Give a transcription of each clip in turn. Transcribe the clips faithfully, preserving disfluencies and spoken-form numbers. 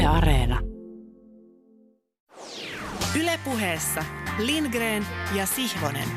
Yle Areena. Yle Puheessa Lindgren ja Sihvonen.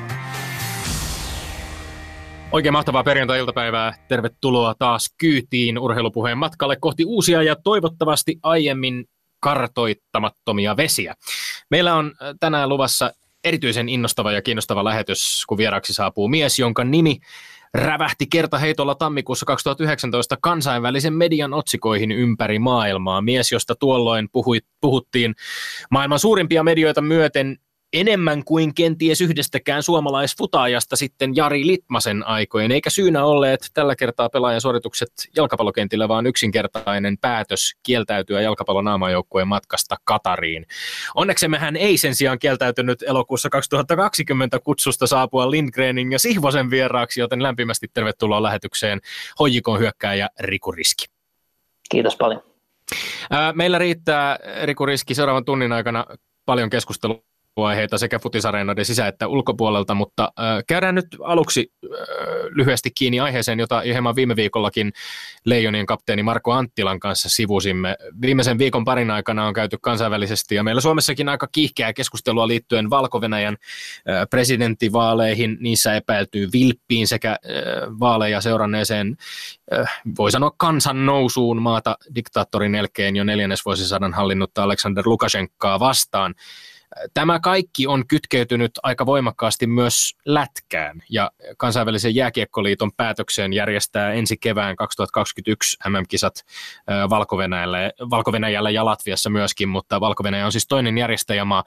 Oikein mahtavaa perjantai-iltapäivää. Tervetuloa taas kyytiin Urheilupuheen matkalle kohti uusia ja toivottavasti aiemmin kartoittamattomia vesiä. Meillä on tänään luvassa erityisen innostava ja kiinnostava lähetys, kun vieraaksi saapuu mies, jonka nimi rävähti kertaheitolla tammikuussa kaksituhattayhdeksäntoista kansainvälisen median otsikoihin ympäri maailmaa. Mies, josta tuolloin puhui, puhuttiin maailman suurimpia medioita myöten enemmän kuin kenties yhdestäkään suomalaisfutaajasta sitten Jari Litmasen aikojen, eikä syynä olleet tällä kertaa pelaajan suoritukset jalkapallokentillä, vaan yksinkertainen päätös kieltäytyä jalkapallon aamajoukkueen matkasta Katariin. Onneksemme hän ei sen sijaan kieltäytynyt elokuussa kaksituhattakaksikymmentä kutsusta saapua Lindgrenin ja Sihvosen vieraaksi, joten lämpimästi tervetuloa lähetykseen H J K:n hyökkääjä Riku Riski. Kiitos paljon. Meillä riittää, Riku Riski, seuraavan tunnin aikana paljon keskustelua aiheita sekä Futisareenaiden sisä- että ulkopuolelta, mutta äh, käydään nyt aluksi äh, lyhyesti kiinni aiheeseen, jota hieman viime viikollakin Leijonien kapteeni Marko Anttilan kanssa sivusimme. Viimeisen viikon parin aikana on käyty kansainvälisesti ja meillä Suomessakin aika kiihkeää keskustelua liittyen Valko-Venäjän äh, presidenttivaaleihin, niissä epäiltyy vilppiin sekä äh, vaaleja seuranneeseen, äh, voi sanoa kansan nousuun maata diktaattorin elkeen jo neljännesvuosisadan hallinnutta Aleksander Lukashenkaa vastaan. Tämä kaikki on kytkeytynyt aika voimakkaasti myös lätkään ja kansainvälisen jääkiekkoliiton päätökseen järjestää ensi kevään kaksituhattakaksikymmentäyksi M M-kisat Valko-Venäjällä, Valko-Venäjällä ja Latviassa myöskin, mutta Valko-Venäjä on siis toinen järjestäjämaa.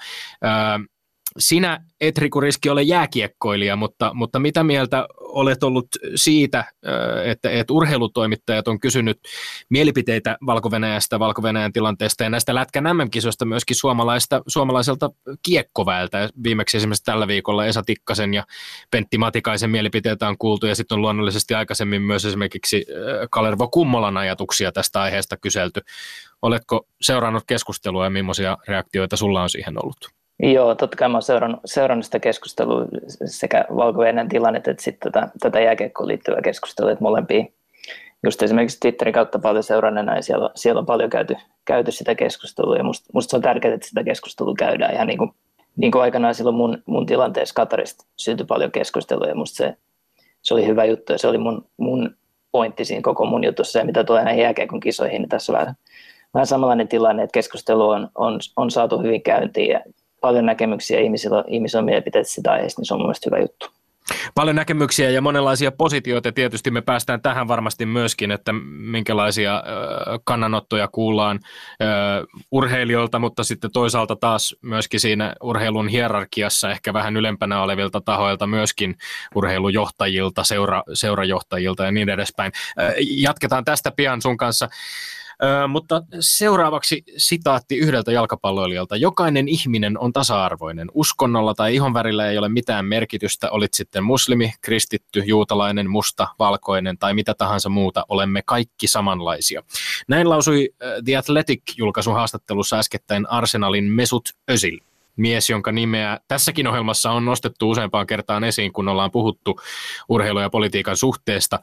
Sinä et, Riku Riski, ole jääkiekkoilija, mutta, mutta mitä mieltä olet ollut siitä, että, että urheilutoimittajat on kysynyt mielipiteitä Valko-Venäjästä, Valko-Venäjän tilanteesta ja näistä Lätkän M M-kisoista myöskin suomalaiselta kiekkoväeltä. Viimeksi esimerkiksi tällä viikolla Esa Tikkasen ja Pentti Matikaisen mielipiteitä on kuultu ja sitten on luonnollisesti aikaisemmin myös esimerkiksi Kalervo Kummolan ajatuksia tästä aiheesta kyselty. Oletko seurannut keskustelua ja millaisia reaktioita sulla on siihen ollut? Joo, totta kai mä oon seurannut, seurannut sitä keskustelua sekä Valko-Venäjän tilannetta että sitten tätä, tätä jääkiekkoon liittyvää keskustelua, että molempia just esimerkiksi Twitterin kautta paljon seuranneena ja siellä, siellä on paljon käyty, käyty sitä keskustelua ja musta, musta se on tärkeää, että sitä keskustelua käydään ihan niin kuin, niin kuin aikanaan silloin mun, mun tilanteessa Katarista syntyi paljon keskustelua ja musta se, se oli hyvä juttu ja se oli mun, mun pointti siinä koko mun jutussa ja mitä tulee näihin jääkiekon kisoihin, niin tässä on vähän, vähän samanlainen tilanne, että keskustelu on, on, on saatu hyvin käyntiin ja paljon näkemyksiä ihmisillä, ihmisillä on mielipiteitä sitä aiheesta, niin se on mun mielestä hyvä juttu. Paljon näkemyksiä ja monenlaisia positioita. Tietysti me päästään tähän varmasti myöskin, että minkälaisia kannanottoja kuullaan urheilijoilta, mutta sitten toisaalta taas myöskin siinä urheilun hierarkiassa ehkä vähän ylempänä olevilta tahoilta myöskin urheilujohtajilta, seura, seurajohtajilta ja niin edespäin. Jatketaan tästä pian sun kanssa. Ö, mutta seuraavaksi sitaatti yhdeltä jalkapalloilijalta. Jokainen ihminen on tasa-arvoinen. Uskonnolla tai ihonvärillä ei ole mitään merkitystä. Olit sitten muslimi, kristitty, juutalainen, musta, valkoinen tai mitä tahansa muuta. Olemme kaikki samanlaisia. Näin lausui The Athletic-julkaisun haastattelussa äskettäin Arsenalin Mesut Özil. Mies, jonka nimeä tässäkin ohjelmassa on nostettu useampaan kertaan esiin, kun ollaan puhuttu urheilu- ja politiikan suhteesta.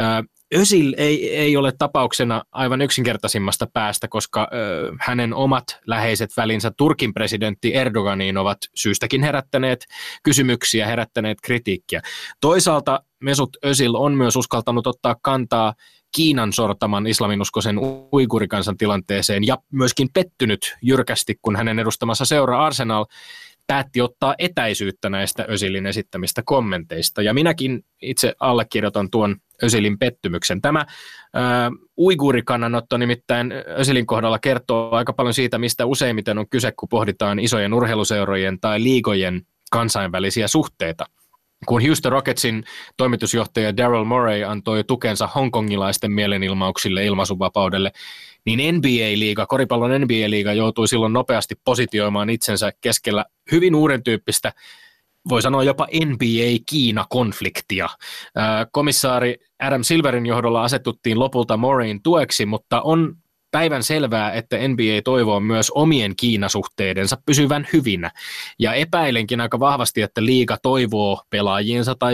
Özil ei, ei ole tapauksena aivan yksinkertaisimmasta päästä, koska ö, hänen omat läheiset välinsä Turkin presidentti Erdoganiin ovat syystäkin herättäneet kysymyksiä, herättäneet kritiikkiä. Toisaalta Mesut Özil on myös uskaltanut ottaa kantaa Kiinan sortaman islaminuskoisen uiguurikansan tilanteeseen ja myöskin pettynyt jyrkästi, kun hänen edustamansa seura Arsenal päätti ottaa etäisyyttä näistä Özilin esittämistä kommenteista. Ja minäkin itse allekirjoitan tuon Özilin pettymyksen. Tämä ää, uiguurikannanotto nimittäin Özilin kohdalla kertoo aika paljon siitä, mistä useimmiten on kyse, kun pohditaan isojen urheiluseurojen tai liigojen kansainvälisiä suhteita. Kun Houston Rocketsin toimitusjohtaja Daryl Morey antoi tukensa hongkongilaisten mielenilmauksille ilmaisuvapaudelle, niin N B A-liiga, koripallon N B A-liiga joutui silloin nopeasti positioimaan itsensä keskellä hyvin uuden tyyppistä, voi sanoa jopa N B A-Kiina-konfliktia. Komissaari Adam Silverin johdolla asetuttiin lopulta Moreyin tueksi, mutta on päivän selvää, että N B A toivoo myös omien Kiinasuhteidensa pysyvän hyvinä. Ja epäilenkin aika vahvasti, että liiga toivoo pelaajiensa tai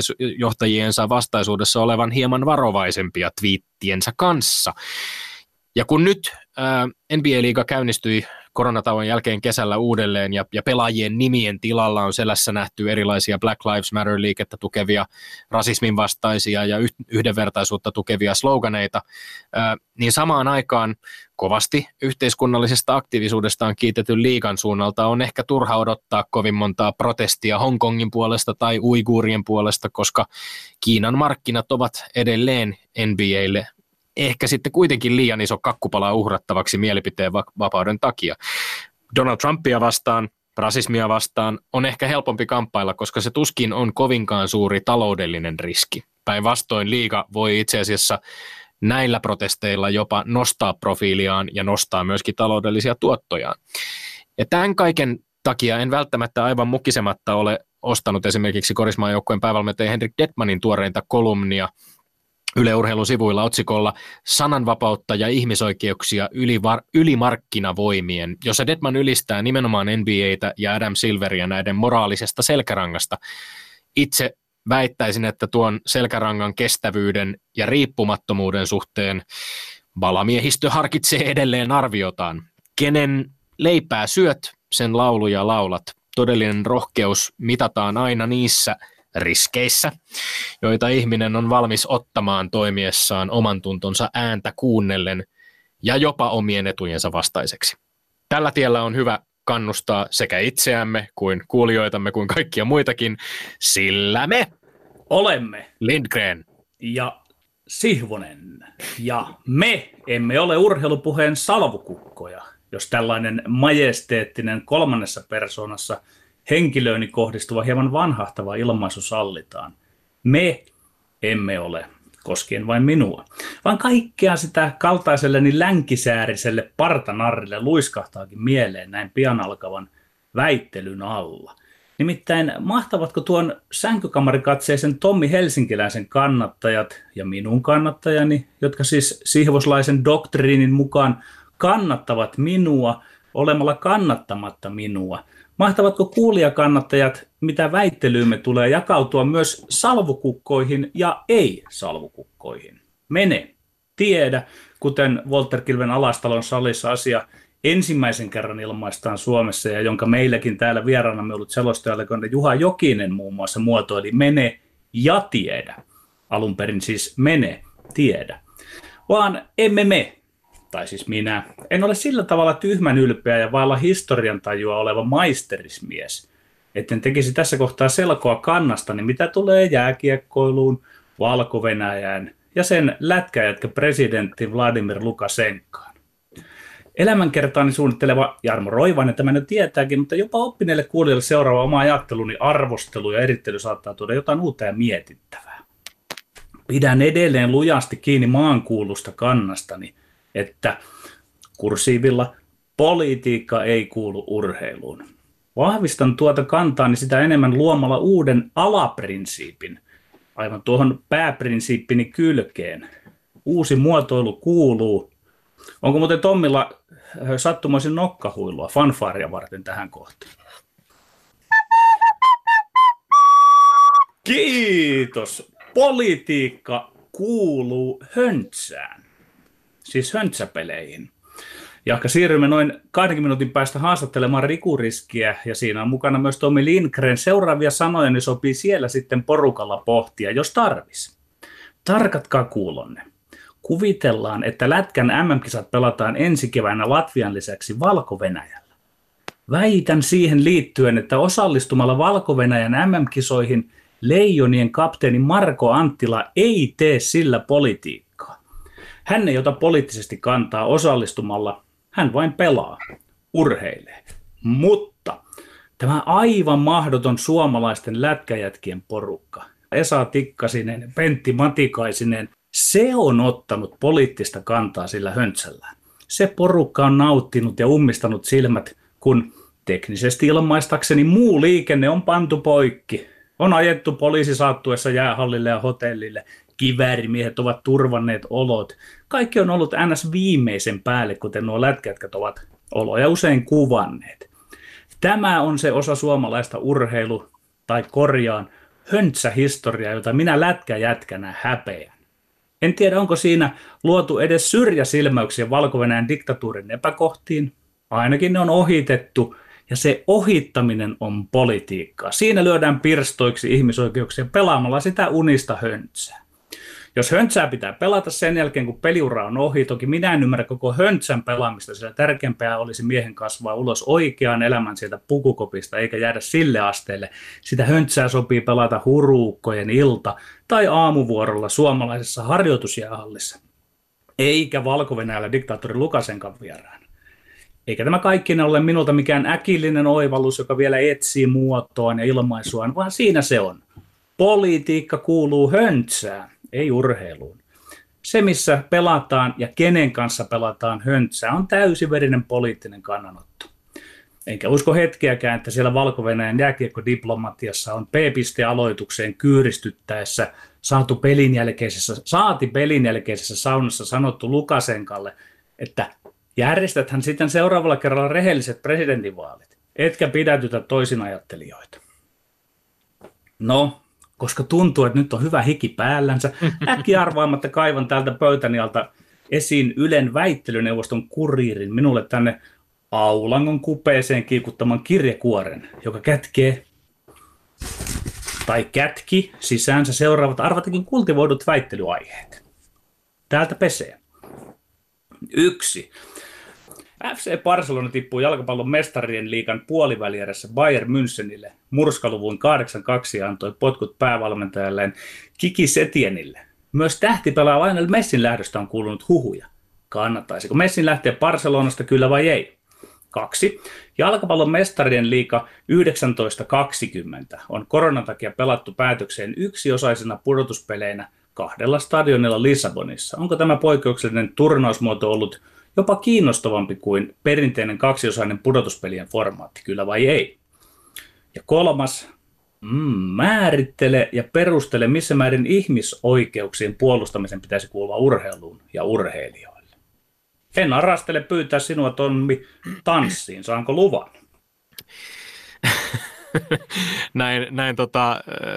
seurajohtajiensa vastaisuudessa olevan hieman varovaisempia twiittiensä kanssa. Ja kun nyt ää, N B A-liiga käynnistyi koronatauon jälkeen kesällä uudelleen ja, ja pelaajien nimien tilalla on selässä nähty erilaisia Black Lives Matter-liikettä tukevia, rasismin vastaisia ja yhdenvertaisuutta tukevia sloganeita, ää, niin samaan aikaan kovasti yhteiskunnallisesta aktiivisuudestaan kiitetyn liigan suunnalta on ehkä turha odottaa kovin montaa protestia Hongkongin puolesta tai uiguurien puolesta, koska Kiinan markkinat ovat edelleen N B A:lle ehkä sitten kuitenkin liian iso kakkupala uhrattavaksi mielipiteen vapauden takia. Donald Trumpia vastaan, rasismia vastaan on ehkä helpompi kamppailla, koska se tuskin on kovinkaan suuri taloudellinen riski. Päinvastoin liiga voi itse asiassa näillä protesteilla jopa nostaa profiiliaan ja nostaa myöskin taloudellisia tuottojaan. Ja tämän kaiken takia en välttämättä aivan mukisematta ole ostanut esimerkiksi Korismaan joukkueen päävalmentaja Henrik Detmanin tuoreinta kolumnia Yle Urheilun sivuilla otsikolla Sananvapautta ja ihmisoikeuksia ylivar- ylimarkkinavoimien, jossa Detman ylistää nimenomaan N B A:tä ja Adam Silveria näiden moraalisesta selkärangasta. Itse väittäisin, että tuon selkärangan kestävyyden ja riippumattomuuden suhteen valamiehistö harkitsee edelleen arviotaan. Kenen leipää syöt, sen lauluja laulat. Todellinen rohkeus mitataan aina niissä riskeissä, joita ihminen on valmis ottamaan toimiessaan oman tuntonsa ääntä kuunnellen ja jopa omien etujensa vastaiseksi. Tällä tiellä on hyvä kannustaa sekä itseämme kuin kuulijoitamme kuin kaikkia muitakin, sillä me olemme Lindgren ja Sihvonen ja me emme ole urheilupuheen salvukukkoja, jos tällainen majesteettinen kolmannessa persoonassa henkilööni kohdistuva hieman vanhahtava ilmaisu sallitaan. Me emme ole, koskien vain minua, vaan kaikkea sitä kaltaiselleni länkisääriselle partanarrille luiskahtaakin mieleen näin pian alkavan väittelyn alla. Nimittäin mahtavatko tuon sänkykamarikatseisen Tommi Helsinkiläisen kannattajat ja minun kannattajani, jotka siis sihvoslaisen doktriinin mukaan kannattavat minua olemalla kannattamatta minua, mahtavatko kuulijakannattajat, mitä väittelyymme tulee, jakautua myös salvukukkoihin ja ei-salvukukkoihin? Mene, tiedä, kuten Walter Kilven Alastalon salissa asia ensimmäisen kerran ilmaistaan Suomessa ja jonka meilläkin täällä vieraanamme ollut selostajalle, kun Juha Jokinen muun muassa muotoili mene ja tiedä. Alun perin siis mene, tiedä. Vaan emme me. Tai siis minä, en ole sillä tavalla tyhmän ylpeä ja vailla historiantajua oleva maisterismies, etten tekisi tässä kohtaa selkoa kannastani, mitä tulee jääkiekkoiluun, Valko-Venäjään ja sen lätkäjätkä presidentti Vladimir Lukashenkaan. Elämänkertaani suunnitteleva Jarmo Roivainen tämän jo tietääkin, mutta jopa oppineille kuulijoille seuraava oma ajatteluni arvostelu ja erittely saattaa tuoda jotain uutta ja mietittävää. Pidän edelleen lujasti kiinni maankuulusta kannastani, että kursiivilla politiikka ei kuulu urheiluun. Vahvistan tuota kantaani sitä enemmän luomalla uuden alaprinsiipin, aivan tuohon pääprinsiippini kylkeen. Uusi muotoilu kuuluu. Onko muuten Tommilla sattumoisin nokkahuilua fanfaaria varten tähän kohtaan? Kiitos! Politiikka kuuluu höntsään. Siis höntsäpeleihin. Ja siirrymme noin kahdenkymmenen minuutin päästä haastattelemaan Riku Riskiä, ja siinä on mukana myös Tommi Lindgren. Seuraavia sanoja niin sopii siellä sitten porukalla pohtia, jos tarvis. Tarkatkaa kuulonne. Kuvitellaan, että Lätkän M M-kisat pelataan ensi keväänä Latvian lisäksi Valko-Venäjällä. Väitän siihen liittyen, että osallistumalla Valko-Venäjän M M-kisoihin Leijonien kapteeni Marko Anttila ei tee sillä politiikkaa. Hän ei ota poliittisesti kantaa osallistumalla, hän vain pelaa, urheilee. Mutta tämä aivan mahdoton suomalaisten lätkäjätkien porukka, Esa Tikkasinen, Pentti Matikaisinen, se on ottanut poliittista kantaa sillä höntsällään. Se porukka on nauttinut ja ummistanut silmät, kun teknisesti ilmaistakseni muu liikenne on pantu poikki. On ajettu poliisi saattuessa jäähallille ja hotellille. Kiväärimiehet ovat turvanneet olot. Kaikki on ollut ns. Viimeisen päälle, kuten nuo lätkätkät ovat oloja usein kuvanneet. Tämä on se osa suomalaista urheilu, tai korjaan, höntsähistoriaa, jota minä lätkäjätkänä häpeän. En tiedä, onko siinä luotu edes syrjäsilmäyksiä Valko-Venäjän diktatuurin epäkohtiin. Ainakin ne on ohitettu, ja se ohittaminen on politiikkaa. Siinä lyödään pirstoiksi ihmisoikeuksia pelaamalla sitä unista höntsää. Jos höntsää pitää pelata sen jälkeen, kun peliura on ohi, toki minä en ymmärrä koko höntsän pelaamista, sillä tärkeämpää olisi miehen kasvaa ulos oikean elämän sieltä pukukopista, eikä jäädä sille asteelle. Sitä höntsää sopii pelata huruukkojen ilta tai aamuvuorolla suomalaisessa harjoitusjäähallissa, eikä Valko-Venäjällä diktaattori Lukasenkan vieraan. Eikä tämä kaikki ole minulta mikään äkillinen oivallus, joka vielä etsii muotoaan ja ilmaisuaan, vaan siinä se on. Politiikka kuuluu höntsään, ei urheiluun. Se, missä pelataan ja kenen kanssa pelataan höntsää, on täysiverinen poliittinen kannanotto. Enkä usko hetkeäkään, että siellä Valko-Venäjän jääkiekkodiplomatiassa on P-pistealoitukseen kyyristyttäessä saatu pelin jälkeisessä, saati pelin jälkeisessä saunassa sanottu Lukasenkalle, että järjestäthän sitten seuraavalla kerralla rehelliset presidentinvaalit, etkä pidätytä toisinajattelijoita. No, koska tuntuu, että nyt on hyvä hiki päällänsä, äkkiä arvaamatta kaivan täältä pöytäni alta esiin Ylen väittelyneuvoston kuriirin minulle tänne Aulangon kupeeseen kiikuttaman kirjekuoren, joka kätkee tai kätki sisäänsä seuraavat arvatakin kultivoidut väittelyaiheet. Täältä pesee. Yksi. F C Barcelona tippuu jalkapallon mestarien liigan puolivälierässä Bayern Münchenille. Murskaluvun kahdeksan kaksi ja antoi potkut päävalmentajalleen Kiki Setienille. Myös tähtipelaaja Lionel Messin lähdöstä on kuulunut huhuja. Kannattaisiko Messin lähteä Barcelonasta, kyllä vai ei? Kaksi. Jalkapallon mestarien liiga yhdeksäntoista kaksikymmentä on koronan takia pelattu päätökseen yksiosaisena pudotuspeleinä kahdella stadionilla Lissabonissa. Onko tämä poikkeuksellinen turnausmuoto ollut jopa kiinnostavampi kuin perinteinen kaksiosainen pudotuspelien formaatti, kyllä vai ei? Ja kolmas, mm, määrittele ja perustele, missä määrin ihmisoikeuksien puolustamisen pitäisi kuulua urheiluun ja urheilijoille. En arastele pyytää sinua, Tommi, tanssiin, saanko luvan? näin, näin tota, äh,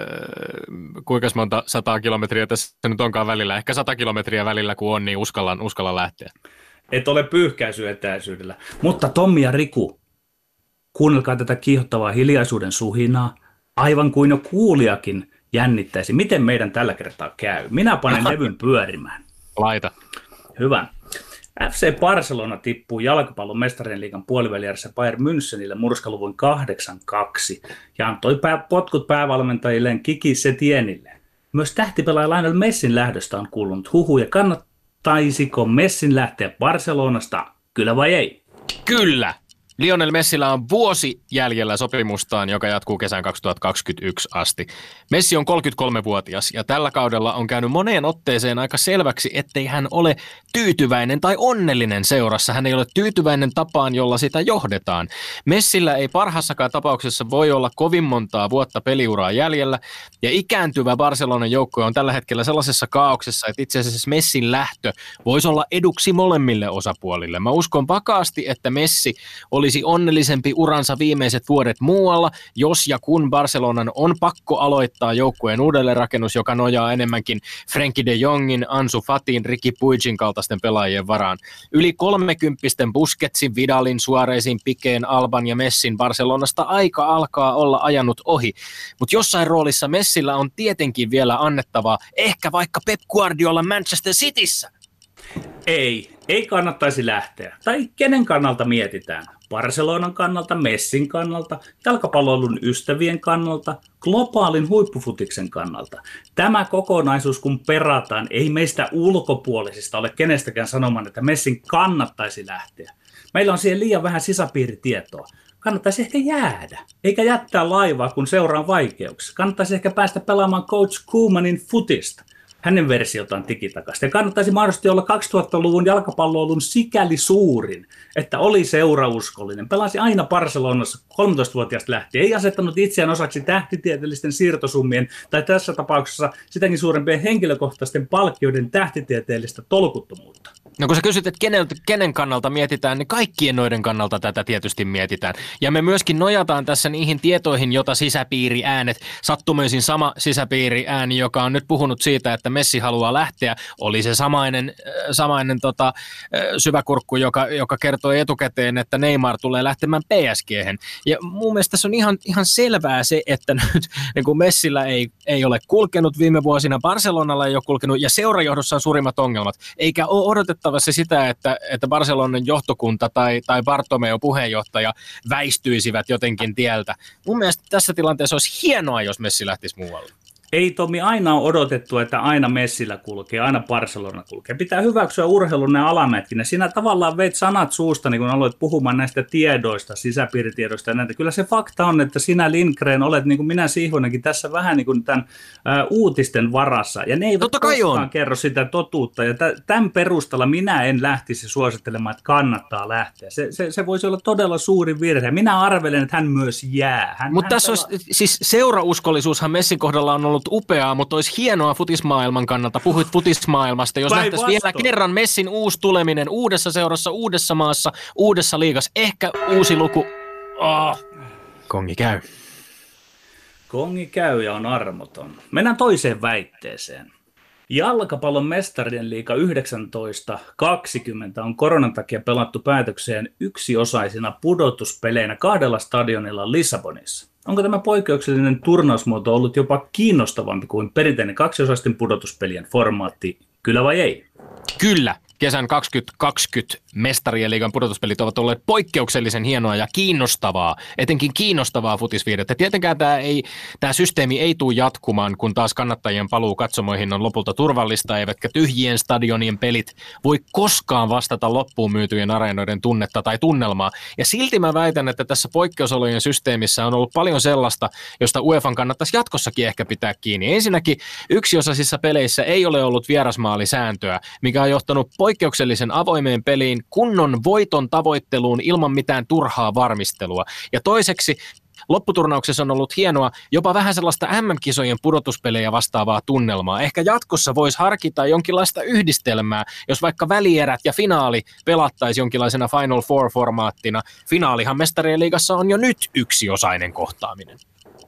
kuinka monta sataa kilometriä tässä nyt onkaan välillä, ehkä sata kilometriä välillä kun on, niin uskallan, uskallan lähteä. Et ole pyyhkäisyetäisyydellä. Mutta Tommi ja Riku, kuunnelkaa tätä kiihottavaa hiljaisuuden suhinaa, aivan kuin jo kuulijakin jännittäisi. Miten meidän tällä kertaa käy? Minä panen levyn pyörimään. Laita. Hyvä. F C Barcelona tippuu jalkapallon mestarien liigan puolivälierässä Bayern Münchenille murskaluvun kahdeksan kaksi ja antoi pää, potkut päävalmentajilleen Kiki Setienille. Myös tähtipelaaja Lionel Messin lähdöstä on kuulunut huhuja. Kannattaisiko Messin lähteä Barcelonasta, kyllä vai ei? Kyllä! Lionel Messillä on vuosi jäljellä sopimustaan, joka jatkuu kesän kaksituhattakaksikymmentäyksi asti. Messi on kolmekymmentäkolmevuotias ja tällä kaudella on käynyt moneen otteeseen aika selväksi, ettei hän ole tyytyväinen tai onnellinen seurassa. Hän ei ole tyytyväinen tapaan, jolla sitä johdetaan. Messillä ei parhaassakaan tapauksessa voi olla kovin montaa vuotta peliuraa jäljellä ja ikääntyvä Barcelonan joukkue on tällä hetkellä sellaisessa kaauksessa, että itse asiassa Messin lähtö voisi olla eduksi molemmille osapuolille. Mä uskon vakaasti, että Messi oli olisi onnellisempi uransa viimeiset vuodet muualla, jos ja kun Barcelonan on pakko aloittaa joukkueen uudelleenrakennus, joka nojaa enemmänkin Frenkie de Jongin, Ansu Fatin, Ricky Puigin kaltaisten pelaajien varaan. Yli kolmekymppisten Busquetsin, Vidalin, Suarezin, Pikeen, Alban ja Messin Barcelonasta aika alkaa olla ajanut ohi. Mutta jossain roolissa Messillä on tietenkin vielä annettavaa, ehkä vaikka Pep Guardiola Manchester Cityssä. Ei, ei kannattaisi lähteä. Tai kenen kannalta mietitään? Barcelonan kannalta, Messin kannalta, jalkapalloilun ystävien kannalta, globaalin huippufutiksen kannalta. Tämä kokonaisuus, kun perataan, ei meistä ulkopuolisista ole kenestäkään sanomaan, että Messin kannattaisi lähteä. Meillä on siihen liian vähän sisäpiiritietoa. Kannattaisi ehkä jäädä, eikä jättää laivaa, kun seuraan vaikeuksia. Kannattaisi ehkä päästä pelaamaan Coach Koemanin futista. Hänen versiotaan tikitakasta. Ja kannattaisi mahdollisesti olla kaksituhattaluvun jalkapalloilun sikäli suurin, että oli seurauskollinen. Pelasi aina Barcelonassa kolmetoistavuotiaasta lähtien. Ei asettanut itseään osaksi tähtitieteellisten siirtosummien tai tässä tapauksessa sitäkin suurempien henkilökohtaisten palkkioiden tähtitieteellistä tolkuttomuutta. No kun sä kysyt, että kenen, kenen kannalta mietitään, niin kaikkien noiden kannalta tätä tietysti mietitään. Ja me myöskin nojataan tässä niihin tietoihin, jota sisäpiiriäänet, sattumoisin sama sisäpiiriääni, joka on nyt puhunut siitä, että Messi haluaa lähteä. Oli se samainen, samainen tota, syväkurkku, joka, joka kertoi etukäteen, että Neymar tulee lähtemään P S G:hen. Ja mun mielestä tässä on ihan, ihan selvää se, että nyt niin kun Messillä ei, ei ole kulkenut viime vuosina, Barcelonalla ei ole kulkenut, ja seurajohdossa on suurimmat ongelmat. Eikä ole odotettavassa sitä, että, että Barcelonan johtokunta tai, tai Bartomeu puheenjohtaja väistyisivät jotenkin tieltä. Mun mielestä tässä tilanteessa olisi hienoa, jos Messi lähtisi muualle. Ei Tomi, aina on odotettu, että aina Messillä kulkee, aina Barcelona kulkee. Pitää hyväksyä urheilun ne alamätkin. Sinä tavallaan veit sanat suusta, niin kun aloit puhumaan näistä tiedoista, sisäpiiritiedoista ja näitä. Kyllä se fakta on, että sinä Lindgren olet, niin kuin minä Sihvonenkin, tässä vähän niin kuin tämän ä, uutisten varassa. Ja ne eivät koskaan on. kerro sitä totuutta. Ja t- tämän perustalla minä en lähtisi suosittelemaan, että kannattaa lähteä. Se, se, se voisi olla todella suuri virhe. Minä arvelen, että hän myös jää. Mutta tässä pela... olisi, siis seurauskollisuushan Messin kohdalla on ollut upeaa, mutta olisi hienoa futismaailman kannalta. Puhuit futismaailmasta, jos nähtäisiin vielä kerran Messin uusi tuleminen uudessa seurassa, uudessa maassa, uudessa liigassa. Ehkä uusi luku. Oh. Kongi käy. Kongi käy ja on armoton. Mennään toiseen väitteeseen. Jalkapallon mestarien liiga yhdeksäntoista kaksikymmentä on koronan takia pelattu päätökseen yksiosaisina pudotuspeleinä kahdella stadionilla Lissabonissa. Onko tämä poikkeuksellinen turnausmuoto ollut jopa kiinnostavampi kuin perinteinen kaksiosaisten pudotuspelien formaatti, kyllä vai ei? Kyllä. Kesän kaksituhattakaksikymmentä mestarien liigan pudotuspelit ovat olleet poikkeuksellisen hienoa ja kiinnostavaa, etenkin kiinnostavaa futisviihdettä. Tietenkään tämä, ei, tämä systeemi ei tule jatkumaan, kun taas kannattajien paluu katsomoihin on lopulta turvallista, eivätkä tyhjien stadionien pelit voi koskaan vastata loppuun myytyjen areenoiden tunnetta tai tunnelmaa. Ja silti mä väitän, että tässä poikkeusolojen systeemissä on ollut paljon sellaista, josta UEFan kannattaisi jatkossakin ehkä pitää kiinni. Ensinnäkin yksiosaisissa peleissä ei ole ollut vierasmaalisääntöä, mikä on johtanut poikkeuksellisen avoimeen peliin, kunnon voiton tavoitteluun ilman mitään turhaa varmistelua. Ja toiseksi lopputurnauksessa on ollut hienoa, jopa vähän sellaista äm äm-kisojen pudotuspelejä vastaavaa tunnelmaa. Ehkä jatkossa voisi harkita jonkinlaista yhdistelmää, jos vaikka välierät ja finaali pelattaisi jonkinlaisena Final Four-formaattina. Finaalihan mestarien liigassa on jo nyt yksiosainen kohtaaminen.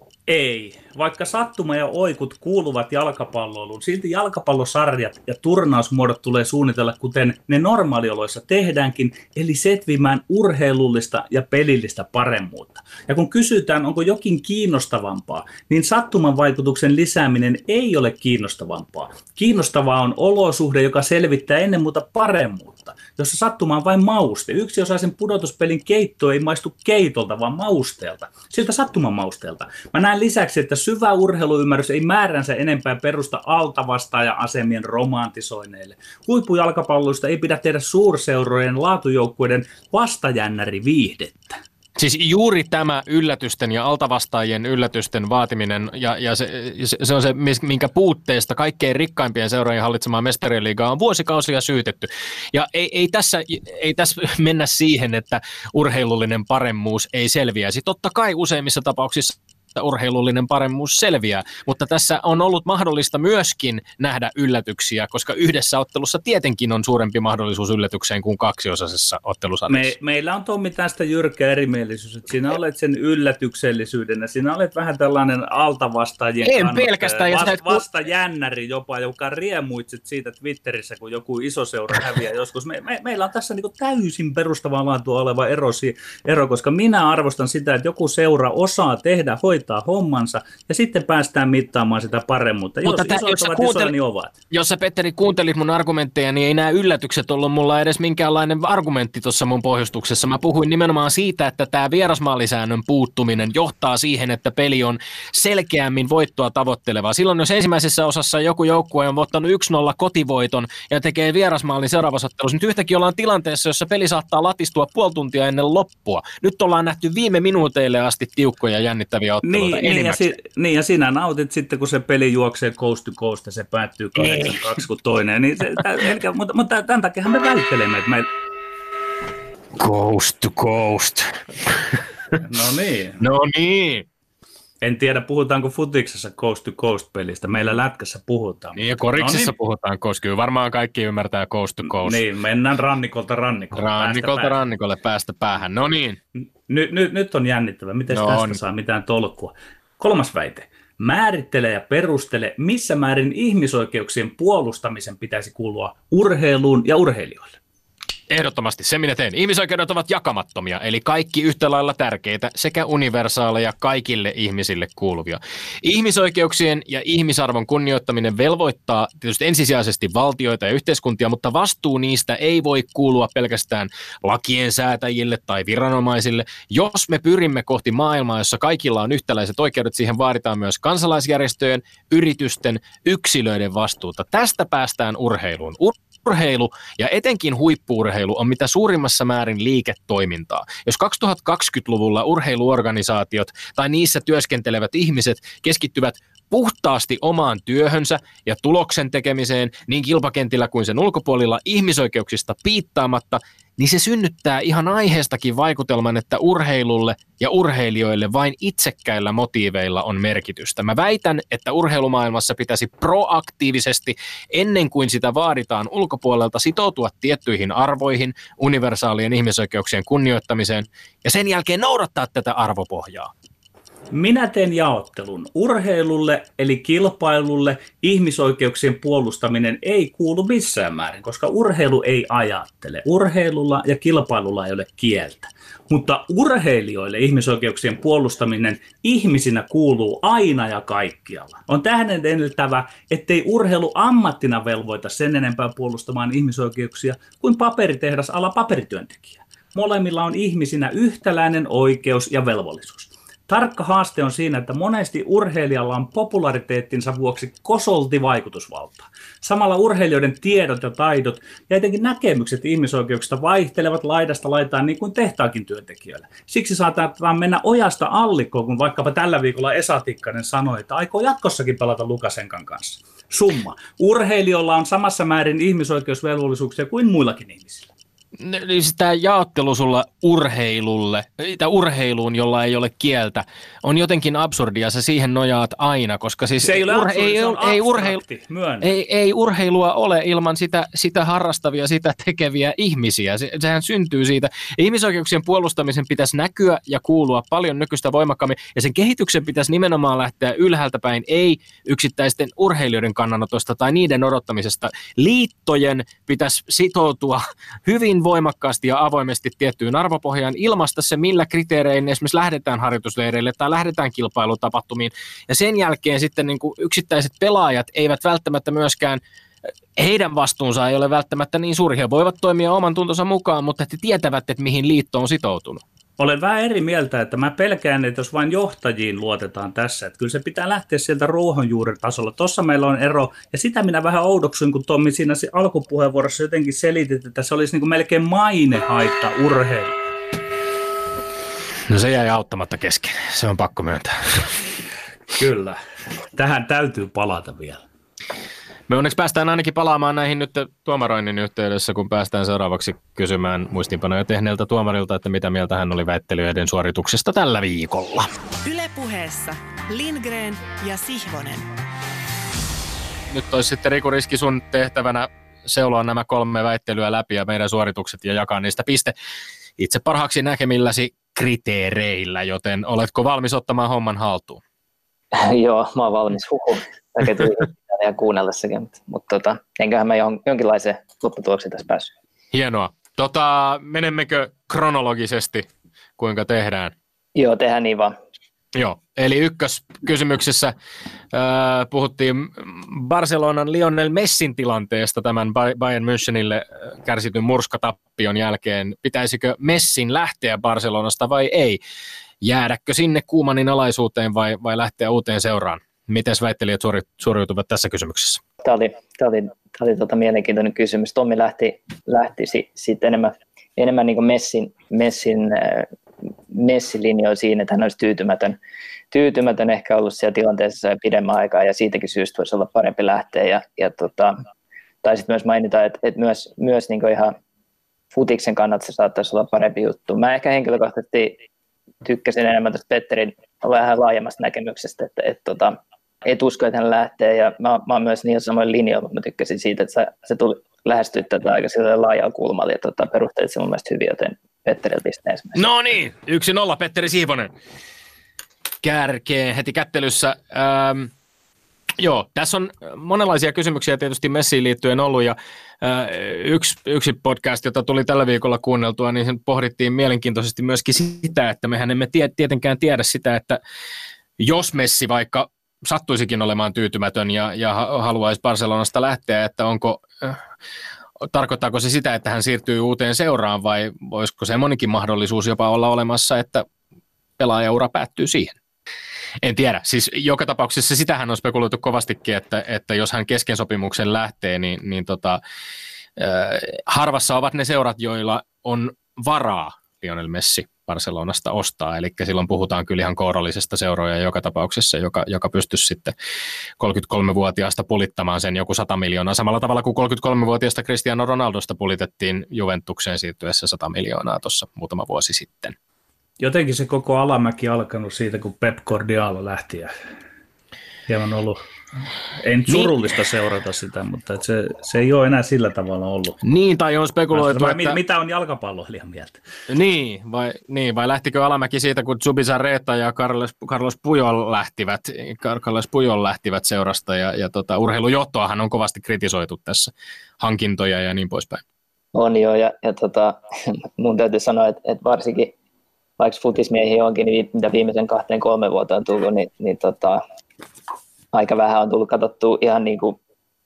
Ei. Vaikka sattuma ja oikut kuuluvat jalkapalloiluun, silti jalkapallosarjat ja turnausmuodot tulee suunnitella, kuten ne normaalioloissa tehdäänkin, eli setvimään urheilullista ja pelillistä paremmuutta. Ja kun kysytään, onko jokin kiinnostavampaa, niin sattuman vaikutuksen lisääminen ei ole kiinnostavampaa. Kiinnostavaa on olosuhde, joka selvittää ennen muuta paremmuutta, jossa sattuma on vain mauste. Yksiosaisen pudotuspelin keitto ei maistu keitolta, vaan mausteelta, siltä sattuman mausteelta. Mä näen lisäksi, että syvä urheiluymmärrys ei määränsä enempää perusta altavastaaja-asemien romantisoineille. Huippujalkapalloista ei pidä tehdä suurseurojen laatujoukkueiden vastajännäriviihdettä. Siis juuri tämä yllätysten ja altavastaajien yllätysten vaatiminen, ja, ja se, se on se, minkä puutteesta kaikkein rikkaimpien seurojen hallitsemaan mestarien liigaa on vuosikausia syytetty. Ja ei, ei, tässä, ei tässä mennä siihen, että urheilullinen paremmuus ei selviäisi. Totta kai useimmissa tapauksissa urheilullinen paremmuus selviää, mutta tässä on ollut mahdollista myöskin nähdä yllätyksiä, koska yhdessä ottelussa tietenkin on suurempi mahdollisuus yllätykseen kuin kaksiosaisessa ottelusarjassa. Me, meillä on Tommi tästä jyrkkä erimielisyys, että sinä olet sen yllätyksellisyyden ja sinä olet vähän tällainen altavastaajien en pelkästään vasta, vasta jännäri jopa, joka riemuitset siitä Twitterissä, kun joku iso seura häviää joskus. Me, me, meillä on tässä niin täysin perustavaa laatua oleva ero, ero, koska minä arvostan sitä, että joku seura osaa tehdä, hoitaa hommansa ja sitten päästään mittaamaan sitä paremmuutta. Mutta jos tä, isot jos, ovat, kuuntel... isoja, niin ovat. Jos sä, Petteri, kuuntelit mun argumentteja, niin ei nämä yllätykset ollut mulla edes minkäänlainen argumentti tuossa mun pohjustuksessa. Mä puhuin nimenomaan siitä, että tämä vierasmaalisäännön puuttuminen johtaa siihen, että peli on selkeämmin voittoa tavoittelevaa. Silloin jos ensimmäisessä osassa joku joukkue on voittanut yksi nolla kotivoiton ja tekee vierasmaalin seuraavassa ottelussa, nyt yhtäkkiä ollaan tilanteessa, jossa peli saattaa latistua puoli tuntia ennen loppua. Nyt ollaan nähty viime minuuteille asti tiukkoja jännittäviä otteluita. Niin, niin, ja si, niin, ja sinä nautit sitten, kun se peli juoksee coast to coast ja se päättyy kahdeksan kaksi kuin toinen. Niin se, tä, elkä, mutta, mutta tämän takia me välttelemme, että me... Coast to coast. No niin. No niin. En tiedä, puhutaanko futiksessa coast to coast pelistä. Meillä lätkässä puhutaan. Niin, ja koriksessa no niin. puhutaan coast. Kyllä varmaan kaikki ymmärtää coast to coast. Niin, mennään rannikolta rannikolle. Rannikolta päästä rannikolle päästä päähän. No niin. Nyt, nyt, nyt on jännittävä. Miten no tästä on. saa mitään tolkkua? Kolmas väite. Määrittele ja perustele, missä määrin ihmisoikeuksien puolustamisen pitäisi kuulua urheiluun ja urheilijoille. Ehdottomasti se minä teen. Ihmisoikeudet ovat jakamattomia, eli kaikki yhtä lailla tärkeitä sekä universaaleja kaikille ihmisille kuuluvia. Ihmisoikeuksien ja ihmisarvon kunnioittaminen velvoittaa tietysti ensisijaisesti valtioita ja yhteiskuntia, mutta vastuu niistä ei voi kuulua pelkästään lakien säätäjille tai viranomaisille. Jos me pyrimme kohti maailmaa, jossa kaikilla on yhtäläiset oikeudet, siihen vaaditaan myös kansalaisjärjestöjen, yritysten, yksilöiden vastuuta. Tästä päästään urheiluun. Urheilu ja etenkin huippu-urheilu on mitä suurimmassa määrin liiketoimintaa. Jos kaksituhattakaksikymmentäluvulla urheiluorganisaatiot tai niissä työskentelevät ihmiset keskittyvät puhtaasti omaan työhönsä ja tuloksen tekemiseen niin kilpakentillä kuin sen ulkopuolella ihmisoikeuksista piittaamatta, niin se synnyttää ihan aiheestakin vaikutelman, että urheilulle ja urheilijoille vain itsekkäillä motiiveilla on merkitystä. Mä väitän, että urheilumaailmassa pitäisi proaktiivisesti, ennen kuin sitä vaaditaan ulkopuolelta, sitoutua tiettyihin arvoihin, universaalien ihmisoikeuksien kunnioittamiseen ja sen jälkeen noudattaa tätä arvopohjaa. Minä teen jaottelun. Urheilulle eli kilpailulle ihmisoikeuksien puolustaminen ei kuulu missään määrin, koska urheilu ei ajattele. Urheilulla ja kilpailulla ei ole kieltä. Mutta urheilijoille ihmisoikeuksien puolustaminen ihmisinä kuuluu aina ja kaikkialla. On tähdennettävä, ettei urheilu ammattina velvoita sen enempää puolustamaan ihmisoikeuksia kuin paperitehdas ala paperityöntekijä. Molemmilla on ihmisinä yhtäläinen oikeus ja velvollisuus. Tarkka haaste on siinä, että monesti urheilijalla on populariteettinsa vuoksi kosolti vaikutusvaltaa. Samalla urheilijoiden tiedot ja taidot ja etenkin näkemykset ihmisoikeuksista vaihtelevat laidasta laitaan niin kuin tehtaakin työntekijöillä. Siksi saatetaan mennä ojasta allikkoon, kun vaikkapa tällä viikolla Esa Tikkanen sanoi, että aikoo jatkossakin pelata Lukasenkan kanssa. Summa. Urheilijoilla on samassa määrin ihmisoikeusvelvollisuuksia kuin muillakin ihmisillä. Siis tämä jaottelu sulla urheilulle, tai urheiluun, jolla ei ole kieltä, on jotenkin absurdia, sä siihen nojaat aina, koska siis se ei, ole urhe- absurdi, ei, se on ei, urheilu, ei, ei urheilua ole ilman sitä, sitä harrastavia, sitä tekeviä ihmisiä. Se, sehän syntyy siitä. Ihmisoikeuksien puolustamisen pitäisi näkyä ja kuulua paljon nykyistä voimakkaammin, ja sen kehityksen pitäisi nimenomaan lähteä ylhäältä päin, ei yksittäisten urheilijoiden kannanotosta tai niiden odottamisesta. Liittojen pitäisi sitoutua hyvin voimakkaasti ja avoimesti tiettyyn arvopohjaan, ilmaista se, millä kriteerein esimerkiksi lähdetään harjoitusleireille tai lähdetään kilpailutapahtumiin. Ja sen jälkeen sitten niin kuin yksittäiset pelaajat eivät välttämättä myöskään, heidän vastuunsa ei ole välttämättä niin suuri. He voivat toimia oman tuntonsa mukaan, mutta he tietävät, että mihin liitto on sitoutunut. Olen vähän eri mieltä, että mä pelkään, että jos vain johtajiin luotetaan tässä, että kyllä se pitää lähteä sieltä ruohonjuuritasolla. Tuossa meillä on ero, ja sitä minä vähän oudoksuin, kun Tommi siinä alkupuheenvuorossa jotenkin selitit, että se olisi niin kuin melkein mainehaitta urheilu. No se jäi auttamatta kesken, se on pakko myöntää. Kyllä, tähän täytyy palata vielä. Me onneksi päästään ainakin palaamaan näihin nyt tuomaroinnin yhteydessä, kun päästään seuraavaksi kysymään muistinpanoja tehneeltä tuomarilta, että mitä mieltä hän oli väittelijöiden suorituksesta tällä viikolla. Yle Puheessa Lindgren ja Sihvonen. Nyt olisi sitten Riku Riski sun tehtävänä seuloa nämä kolme väittelyä läpi ja meidän suoritukset ja jakaa niistä piste itse parhaaksi näkemilläsi kriteereillä, joten oletko valmis ottamaan homman haltuun? Joo, mä oon valmis. Huhu. Oikein tuli ihan kuunnellessakin, mutta, mutta tota, enköhän mä jonkinlaiseen lopputulokseen tässä päässyt. Hienoa. Tota, menemmekö kronologisesti, kuinka tehdään? Joo, tehdään niin vaan. Joo, eli ykköskysymyksessä äh, puhuttiin Barcelonan Lionel Messin tilanteesta tämän Bayern Münchenille kärsityn murskatappion jälkeen. Pitäisikö Messin lähteä Barcelonasta vai ei? Jäädäkö sinne Koemanin alaisuuteen vai, vai lähteä uuteen seuraan? Mites väittelijät suori, suoriutuvat tässä kysymyksessä? Tämä oli, tämä oli, tämä oli tota mielenkiintoinen kysymys. Tommi lähti, lähti si, sitten enemmän, enemmän niin kuin Messin, Messin, äh, Messi-linjoja siinä, että hän olisi tyytymätön, tyytymätön ehkä ollut siellä tilanteessa pidemmän aikaa ja siitäkin syystä voisi olla parempi lähteä. Ja, ja tota, tai sitten myös mainita, että, että myös, myös niin kuin ihan futiksen kannalta se saattaisi olla parempi juttu. Mä ehkä henkilökohtaisesti tykkäsin enemmän tästä Petterin vähän laajemmasta näkemyksestä, että, että, että et usko, että hän lähtee, ja mä, mä oon myös niin samoin linjoilla, mutta mä tykkäsin siitä, että se tuli lähestyä tätä aika sillä laajalla kulmalla, ja tota, perustelit se mun mielestä hyvin, joten Petterillä pistää ensimmäisenä. No niin, yksi nolla, Petteri Sihvonen. kärkeen heti kättelyssä. Ähm, joo, tässä on monenlaisia kysymyksiä tietysti Messiin liittyen ollut, ja äh, yksi, yksi podcast, jota tuli tällä viikolla kuunneltua, niin sen pohdittiin mielenkiintoisesti myöskin sitä, että mehän emme tie, tietenkään tiedä sitä, että jos Messi vaikka sattuisikin olemaan tyytymätön ja, ja haluaisi Barcelonasta lähteä, että onko... Äh, tarkoittaako se sitä, että hän siirtyy uuteen seuraan, vai voisiko se monikin mahdollisuus jopa olla olemassa, että pelaajaura päättyy siihen? En tiedä. Siis joka tapauksessa sitähän on spekuloitu kovastikin, että, että jos hän kesken sopimuksen lähtee, niin, niin tota, äh, harvassa ovat ne seurat, joilla on varaa Lionel Messi Barcelonasta ostaa, eli silloin puhutaan kyllä ihan kourallisesta seuroja joka tapauksessa, joka, joka pystyisi sitten kolmekymmentäkolmevuotiaasta pulittamaan sen joku sata miljoonaa, samalla tavalla kuin kolmekymmentäkolmevuotiaasta Cristiano Ronaldosta pulitettiin Juventukseen siirtyessä sata miljoonaa tuossa muutama vuosi sitten. Jotenkin se koko alamäki alkanut siitä, kun Pep Guardiola lähti ja hieman ollut, en surullista niin seurata sitä, mutta et se, se ei ole enää sillä tavalla ollut. Niin, tai on spekuloitu, vai että... mitä on jalkapalloilijan mieltä? Niin vai, niin, vai lähtikö alamäki siitä, kun Zubizarreta ja Carlos, Carlos Puyol lähtivät, Carlos Puyol lähtivät seurasta, ja, ja tota, urheilujohtoahan on kovasti kritisoitu tässä, hankintoja ja niin poispäin. On joo, ja, ja tota, mun täytyy sanoa, että, että varsinkin vaikka futismiehiä onkin, niin mitä viimeisen kahteen kolme vuotta on tullut, niin, niin tota, aika vähän on tullut katsottua ihan niin kuin,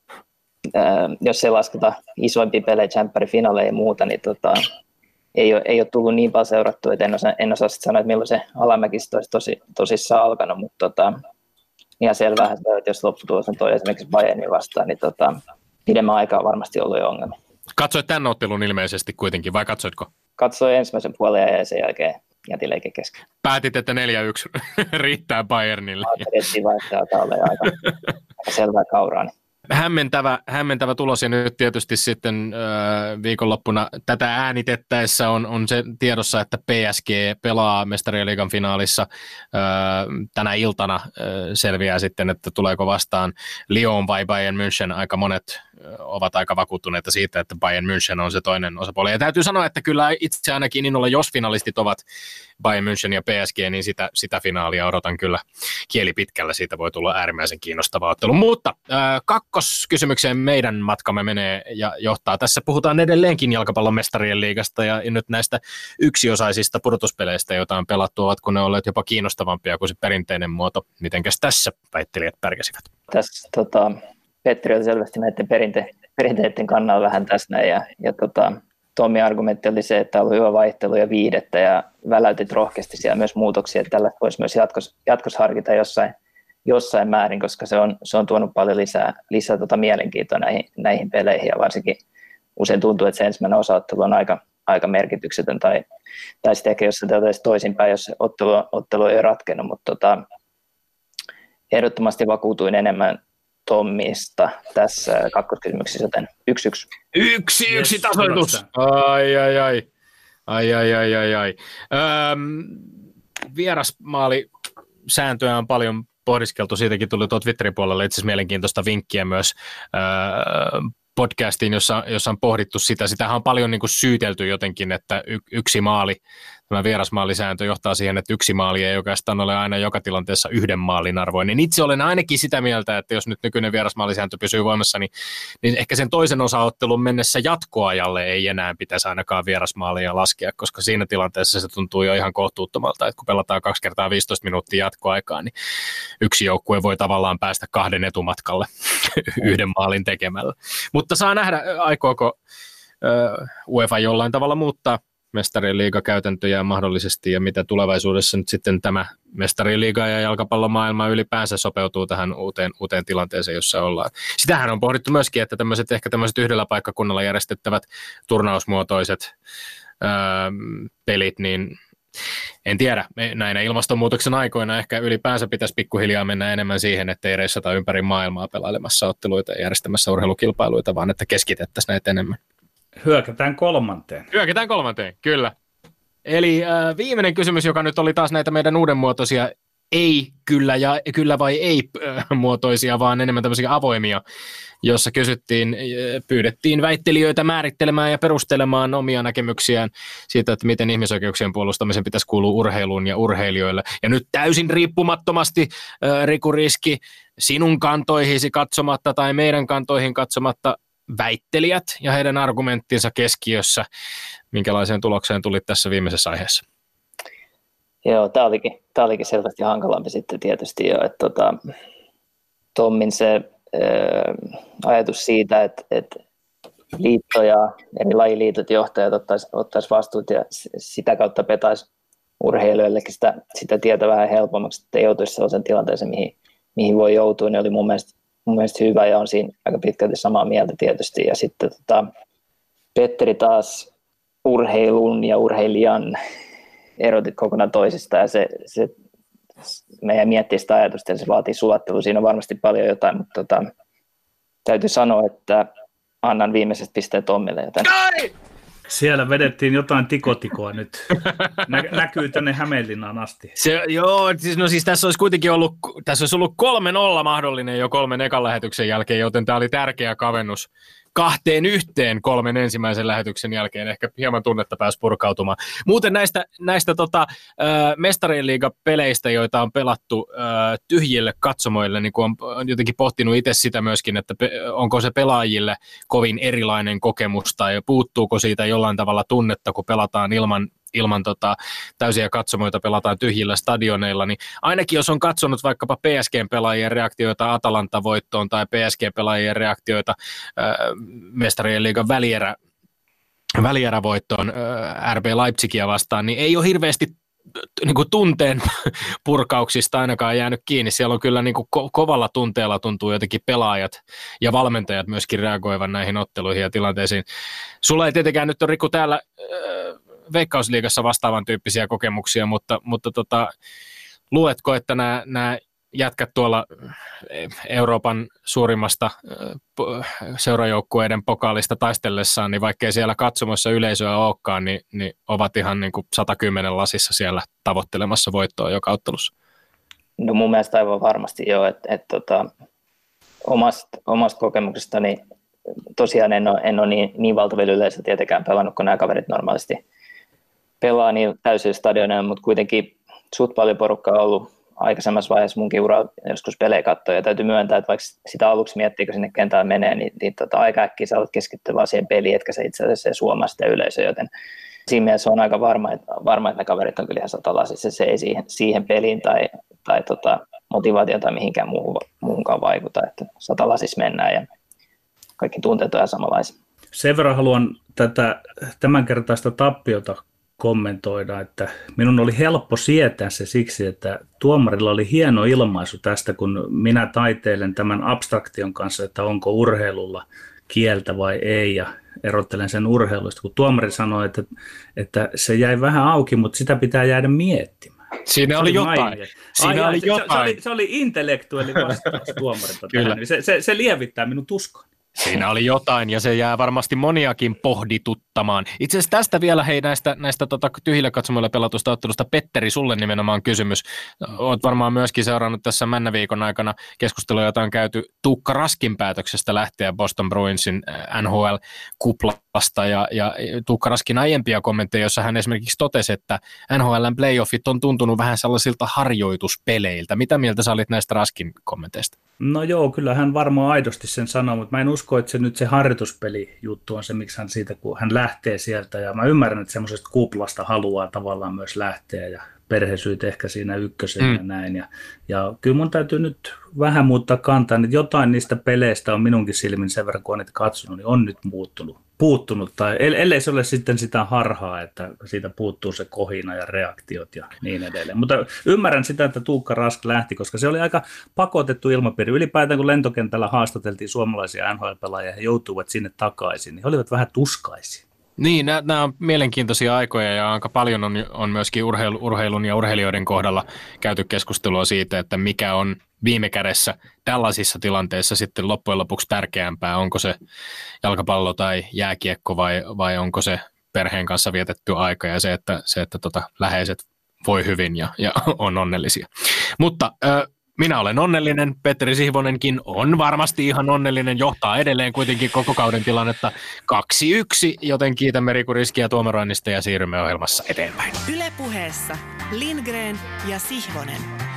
ää, jos ei lasketa isoimpia pelejä, champion-finaaleja ja muuta, niin tota, ei, ole, ei ole tullut niin paljon seurattua, että en osaa, en osaa sanoa, että milloin se alamäki olisi tosi, tosissaan alkanut, mutta tota, ihan selvähän se, että jos lopputulos on toi esimerkiksi Bayernin vastaan, niin tota, pidemmän aikaa on varmasti ollut jo ongelmia. Katsoit tämän ottelun ilmeisesti kuitenkin, vai katsoitko? Katsoin ensimmäisen puolen ja sen jälkeen jätin leikin kesken. Päätit, että neljä yksi riittää Bayernille. Ajattelin vaihtaa, että oli aika, aika selvää kauraa. Niin. Hämmentävä, hämmentävä tulos, ja nyt tietysti sitten äh, viikonloppuna tätä äänitettäessä on, on se tiedossa, että P S G pelaa Mestarien liigan finaalissa äh, tänä iltana. Äh, selviää sitten, että tuleeko vastaan Lyon vai Bayern München. Aika monet äh, ovat aika vakuuttuneita siitä, että Bayern München on se toinen osapuoli. Ja täytyy sanoa, että kyllä itse ainakin innolla, jos finalistit ovat Bayern München ja P S G, niin sitä, sitä finaalia odotan kyllä kieli pitkällä. Siitä voi tulla äärimmäisen kiinnostava ottelu. Mutta äh, kakkoskysymykseen meidän matkamme menee ja johtaa. Tässä puhutaan edelleenkin jalkapallon mestarien liigasta ja nyt näistä yksiosaisista pudotuspeleistä, joita on pelattu, ovatko ne olleet jopa kiinnostavampia kuin se perinteinen muoto. Mitenkäs tässä väittelijät pärkäsivät? Tässä tota, Petri on selvästi näiden perinte- perinteiden kannalla vähän tässä näin ja, ja tota, Tommi argumentti oli se, että on ollut hyvä vaihtelu ja viidettä ja väläytit rohkeasti siellä myös muutoksia, että tällä voisi myös jatkos, jatkos harkita jossain, jossain määrin, koska se on, se on tuonut paljon lisää, lisää tota mielenkiintoa näihin, näihin peleihin ja varsinkin usein tuntuu, että se ensimmäinen osaottelu on aika, aika merkityksetön tai, tai sitten ehkä jos se tehtäisiin toisinpäin, jos se ottelu, ottelu ei ole ratkennut, mutta tota, ehdottomasti vakuutuin enemmän Tommista tässä kakkoskysymyksessä, joten yksi yksi. Yksi yksi yes, tasoitus. Ai ai ai. Ai ai ai ai ai. Öm, vierasmaali sääntöjä on paljon pohdiskeltu, siitäkin tuli tuon Twitterin puolella itse asiassa mielenkiintoista vinkkiä myös öö, podcastiin, jossa, jossa on pohdittu sitä. Sitähän on paljon niin kuin syytelty jotenkin, että y, yksi maali, tämä vierasmaalisääntö johtaa siihen, että yksi maali ei oikeastaan ole aina joka tilanteessa yhden maalin arvoinen. Itse olen ainakin sitä mieltä, että jos nyt nykyinen vierasmaalisääntö pysyy voimassa, niin, niin ehkä sen toisen osaottelun mennessä jatkoajalle ei enää pitäisi ainakaan vierasmaalia laskea, koska siinä tilanteessa se tuntuu jo ihan kohtuuttomalta, että kun pelataan kaksi kertaa viisitoista minuuttia jatkoaikaa, niin yksi joukkue voi tavallaan päästä kahden etumatkalle yhden maalin tekemällä. Mutta saa nähdä, aikooko UEFA jollain tavalla muuttaa Mestarien liigakäytäntöjä mahdollisesti ja mitä tulevaisuudessa nyt sitten tämä Mestarien liiga ja jalkapallomaailma ylipäänsä sopeutuu tähän uuteen, uuteen tilanteeseen, jossa ollaan. Sitähän on pohdittu myöskin, että tämmöiset, ehkä tämmöiset yhdellä paikkakunnalla järjestettävät turnausmuotoiset öö, pelit, niin en tiedä, näinä ilmastonmuutoksen aikoina ehkä ylipäänsä pitäisi pikkuhiljaa mennä enemmän siihen, että ei reissata ympäri maailmaa pelailemassa otteluita ja järjestämässä urheilukilpailuita, vaan että keskitettäisiin näitä enemmän. Hyökätään kolmanteen. Hyökätään kolmanteen, kyllä. Eli äh, viimeinen kysymys, joka nyt oli taas näitä meidän uudenmuotoisia ei, kyllä ja kyllä vai ei muotoisia, vaan enemmän tämmöisiä avoimia, jossa kysyttiin, pyydettiin väittelijöitä määrittelemään ja perustelemaan omia näkemyksiään siitä, että miten ihmisoikeuksien puolustamisen pitäisi kuulua urheiluun ja urheilijoille. Ja nyt täysin riippumattomasti, Riku Riski, sinun kantoihisi katsomatta tai meidän kantoihin katsomatta, väittelijät ja heidän argumenttinsa keskiössä. Minkälaiseen tulokseen tulit tässä viimeisessä aiheessa? Joo, tämä olikin, tämä olikin selvästi hankalampi sitten tietysti jo, että tota, Tommin se ää, ajatus siitä, että, että liitto ja eri lajiliitot johtajat ottaisi, ottaisi vastuut ja sitä kautta petaisi urheilijoillekin sitä, sitä tietä vähän helpommaksi, että ei joutuisi sellaisen tilanteeseen, mihin, mihin voi joutua, niin oli mun mielestä, mun mielestä hyvä ja on siinä aika pitkälti samaa mieltä tietysti. Ja sitten tota, Petteri taas urheilun ja urheilijan erotit kokonaan toisistaan ja se, se meidän miettiä sitä ajatusta ja se vaatii sulattelua. Siinä on varmasti paljon jotain, mutta tota, täytyy sanoa, että annan viimeiset pisteet Tommille. Joten... Siellä vedettiin jotain tikotikoa nyt. Nä- näkyy tänne Hämeenlinnaan asti. Se, joo, siis, no siis tässä olisi kuitenkin ollut, tässä olisi ollut kolme nolla mahdollinen jo kolmen ekan lähetyksen jälkeen, joten tämä oli tärkeä kavennus kahteen yhteen kolmen ensimmäisen lähetyksen jälkeen. Ehkä hieman tunnetta pääsi purkautumaan. Muuten näistä, näistä tota, Mestarien liiga-peleistä, joita on pelattu äh, tyhjille katsomoille, niin kun on, on jotenkin pohtinut itse sitä myöskin, että pe- onko se pelaajille kovin erilainen kokemus tai puuttuuko siitä jollain tavalla tunnetta, kun pelataan ilman ilman tota, täysiä katsomoita, pelataan tyhjillä stadioneilla, niin ainakin jos on katsonut vaikkapa P S G-pelaajien reaktioita Atalanta-voittoon tai P S G-pelaajien reaktioita äh, Mestarien liigan välierä, välierävoittoon äh, R B Leipzigia vastaan, niin ei ole hirveästi niin kuin tunteen purkauksista ainakaan jäänyt kiinni. Siellä on kyllä niin kuin ko- kovalla tunteella tuntuu jotenkin pelaajat ja valmentajat myöskin reagoivan näihin otteluihin ja tilanteisiin. Sulla ei tietenkään nyt ole, Riku, täällä äh, Veikkausliigassa vastaavan tyyppisiä kokemuksia, mutta, mutta tota, luetko, että nämä, nämä jätkät tuolla Euroopan suurimmasta seurajoukkueiden pokaalista taistellessaan, niin vaikkei siellä katsomossa yleisöä olekaan, niin, niin ovat ihan niin kuin sata kymmenen lasissa siellä tavoittelemassa voittoa joka ottelussa? No mun mielestä aivan varmasti joo, että et, tota, omasta, omasta kokemuksestani tosiaan en ole, en ole niin, niin valtavilla yleisö tietenkään pelannut, kun nämä kaverit normaalisti pelaa niin täysillä stadioneilla, mutta kuitenkin suht paljon porukkaa on ollut aikaisemmassa vaiheessa munkin ura joskus pelejä katsoa, ja täytyy myöntää, että vaikka sitä aluksi miettii, kun sinne kentällä menee, niin, niin tota, aika äkkiä sä olet keskittyä vaan siihen peliin, etkä sä itse asiassa suomaa sitä yleisöä, joten siinä mielessä on aika varma, että, varma, että ne kaverit on kyllä ihan satalasissa, se ei siihen, siihen peliin tai, tai tota, motivaatio tai mihinkään muuhun, muuhunkaan vaikuta, että satalasissa mennään ja kaikki tunteet on ihan samanlaisia. Sen verran haluan tätä tämänkertaista tappiota kommentoida, että minun oli helppo sietää se siksi, että tuomarilla oli hieno ilmaisu tästä, kun minä taiteilen tämän abstraktion kanssa, että onko urheilulla kieltä vai ei, ja erottelen sen urheilusta, kun tuomari sanoi, että, että se jäi vähän auki, mutta sitä pitää jäädä miettimään. Siinä oli, oli jotain. Siinä Ai, oli se, jotain. Se, se, oli, se oli intellektuelli vastaus tuomarilta tähän. Se, se, se lievittää minun tuskoani. Siinä oli jotain, ja se jää varmasti moniakin pohdituttamaan. Itse asiassa tästä vielä, hei, näistä, näistä tota, tyhjillä katsomoilla pelatusta ottelusta, Petteri, sulle nimenomaan kysymys. Olet varmaan myöskin seurannut tässä Männäviikon aikana keskustelua, jota on käyty Tuukka Raskin päätöksestä lähteä Boston Bruinsin N H L-kuplasta, ja, ja Tuukka Raskin aiempia kommentteja, jossa hän esimerkiksi totesi, että N H L:n playoffit on tuntunut vähän sellaisilta harjoituspeleiltä. Mitä mieltä sä olit näistä Raskin kommenteista? No joo, kyllä hän varmaan aidosti sen sanoo, mutta mä en usko, että se nyt se harjoituspelijuttu on se, miksi hän siitä, kun hän lähtee sieltä. Ja mä ymmärrän, että semmoisesta kuplasta haluaa tavallaan myös lähteä ja perhesyyt ehkä siinä ykkösen mm. ja näin. Ja, ja kyllä mun täytyy nyt vähän muuttaa kantaa, että jotain niistä peleistä on minunkin silmin sen verran, kun on niitä katsonut, niin on nyt muuttunut. puuttunut, tai ellei se ole sitten sitä harhaa, että siitä puuttuu se kohina ja reaktiot ja niin edelleen. Mutta ymmärrän sitä, että Tuukka Rask lähti, koska se oli aika pakotettu ilmapiiri. Ylipäätään kun lentokentällä haastateltiin suomalaisia N H L-pelaajia ja he joutuivat sinne takaisin, niin he olivat vähän tuskaisia. Niin, nämä on mielenkiintoisia aikoja ja aika paljon on, on myöskin urheilu, urheilun ja urheilijoiden kohdalla käyty keskustelua siitä, että mikä on viime kädessä tällaisissa tilanteissa sitten loppujen lopuksi tärkeämpää, onko se jalkapallo tai jääkiekko vai, vai onko se perheen kanssa vietetty aika ja se, että, se, että tota, läheiset voi hyvin ja, ja on onnellisia. Mutta ö, minä olen onnellinen, Petteri Sihvonenkin on varmasti ihan onnellinen, johtaa edelleen kuitenkin koko kauden tilannetta kaksi yksi, joten kiitämme Riku Riskiä tuomaroinnista ja siirrymme ohjelmassa eteenpäin. Yle Puheessa Lindgren ja Sihvonen.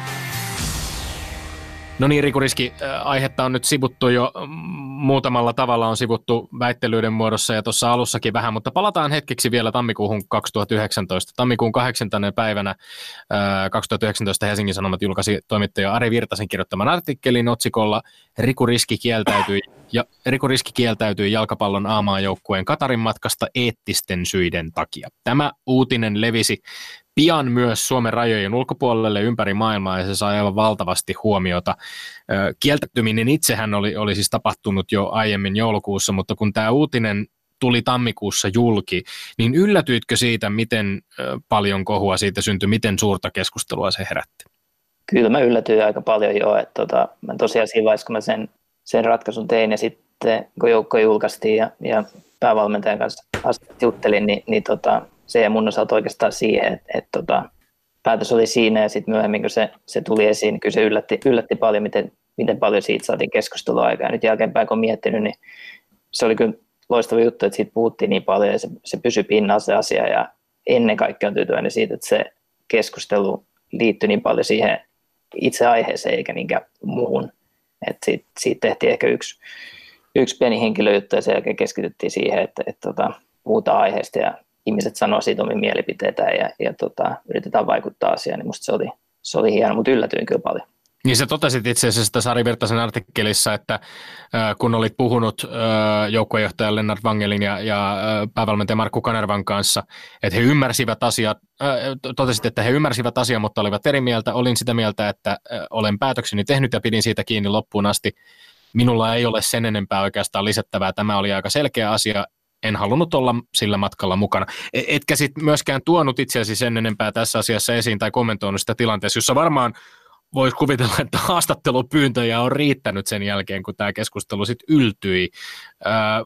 No niin, Riku Riski, aihetta on nyt sivuttu jo muutamalla tavalla, on sivuttu väittelyiden muodossa ja tuossa alussakin vähän, mutta palataan hetkeksi vielä tammikuuhun kaksituhattayhdeksäntoista. Tammikuun kahdeksantena päivänä kaksituhattayhdeksäntoista Helsingin Sanomat julkaisi toimittaja Ari Virtasen kirjoittaman artikkelin otsikolla Riku Riski kieltäytyi, ja Riku Riski kieltäytyi jalkapallon A-maajoukkueen Katarin matkasta eettisten syiden takia. Tämä uutinen levisi pian myös Suomen rajojen ulkopuolelle ympäri maailmaa ja se sai aivan valtavasti huomiota. Kieltäytyminen itsehän oli, oli siis tapahtunut jo aiemmin joulukuussa, mutta kun tämä uutinen tuli tammikuussa julki, niin yllätyitkö siitä, miten paljon kohua siitä syntyi, miten suurta keskustelua se herätti? Kyllä mä yllätyin aika paljon jo, että tota, mä tosiaan siinä vaiheessa, kun mä sen, sen ratkaisun tein ja sitten kun joukko julkaistiin ja, ja päävalmentajan kanssa juttelin, niin, niin tota, se ei mun osalta oikeastaan siihen, että et, tota, päätös oli siinä ja sitten myöhemmin kun se, se tuli esiin, niin kyllä se yllätti, yllätti paljon, miten, miten paljon siitä saatiin keskustelua aikaa. Nyt jälkeenpäin kun on miettinyt, niin se oli kyllä loistava juttu, että siitä puhuttiin niin paljon ja se, se pysyi pinnalla se asia ja ennen kaikkea on tyytyväinen siitä, että se keskustelu liittyi niin paljon siihen itse aiheeseen eikä niinkään muuhun. Että siitä, siitä tehtiin ehkä yksi, yksi pieni henkilöjuttu ja sen jälkeen keskityttiin siihen, että, että, että puhutaan aiheesta ja ihmiset sanoo siitä omia mielipiteitään ja, ja tota, yritetään vaikuttaa asiaan, niin musta se oli, se oli hieno, mutta yllätyin kyllä paljon. Niin sä totesit itse asiassa tässä Ari Virtasen artikkelissa, että äh, kun olit puhunut äh, joukkuejohtaja Lennart Wangelin ja, ja äh, päävalmentaja Markku Kanervan kanssa, että he ymmärsivät asiat, äh, totesit, että he ymmärsivät asiaa, mutta olivat eri mieltä. Olin sitä mieltä, että äh, olen päätökseni tehnyt ja pidin siitä kiinni loppuun asti. Minulla ei ole sen enempää oikeastaan lisättävää. Tämä oli aika selkeä asia. En halunnut olla sillä matkalla mukana. Etkä sit myöskään tuonut itseäsi sen enempää tässä asiassa esiin tai kommentoinut sitä tilanteessa, jossa varmaan voisi kuvitella, että haastattelupyyntöjä on riittänyt sen jälkeen, kun tämä keskustelu sitten yltyi. Ää,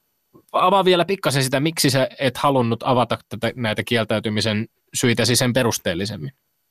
avaa vielä pikkasen sitä, miksi sä et halunnut avata tätä, näitä kieltäytymisen syitäsi sen perusteellisemmin?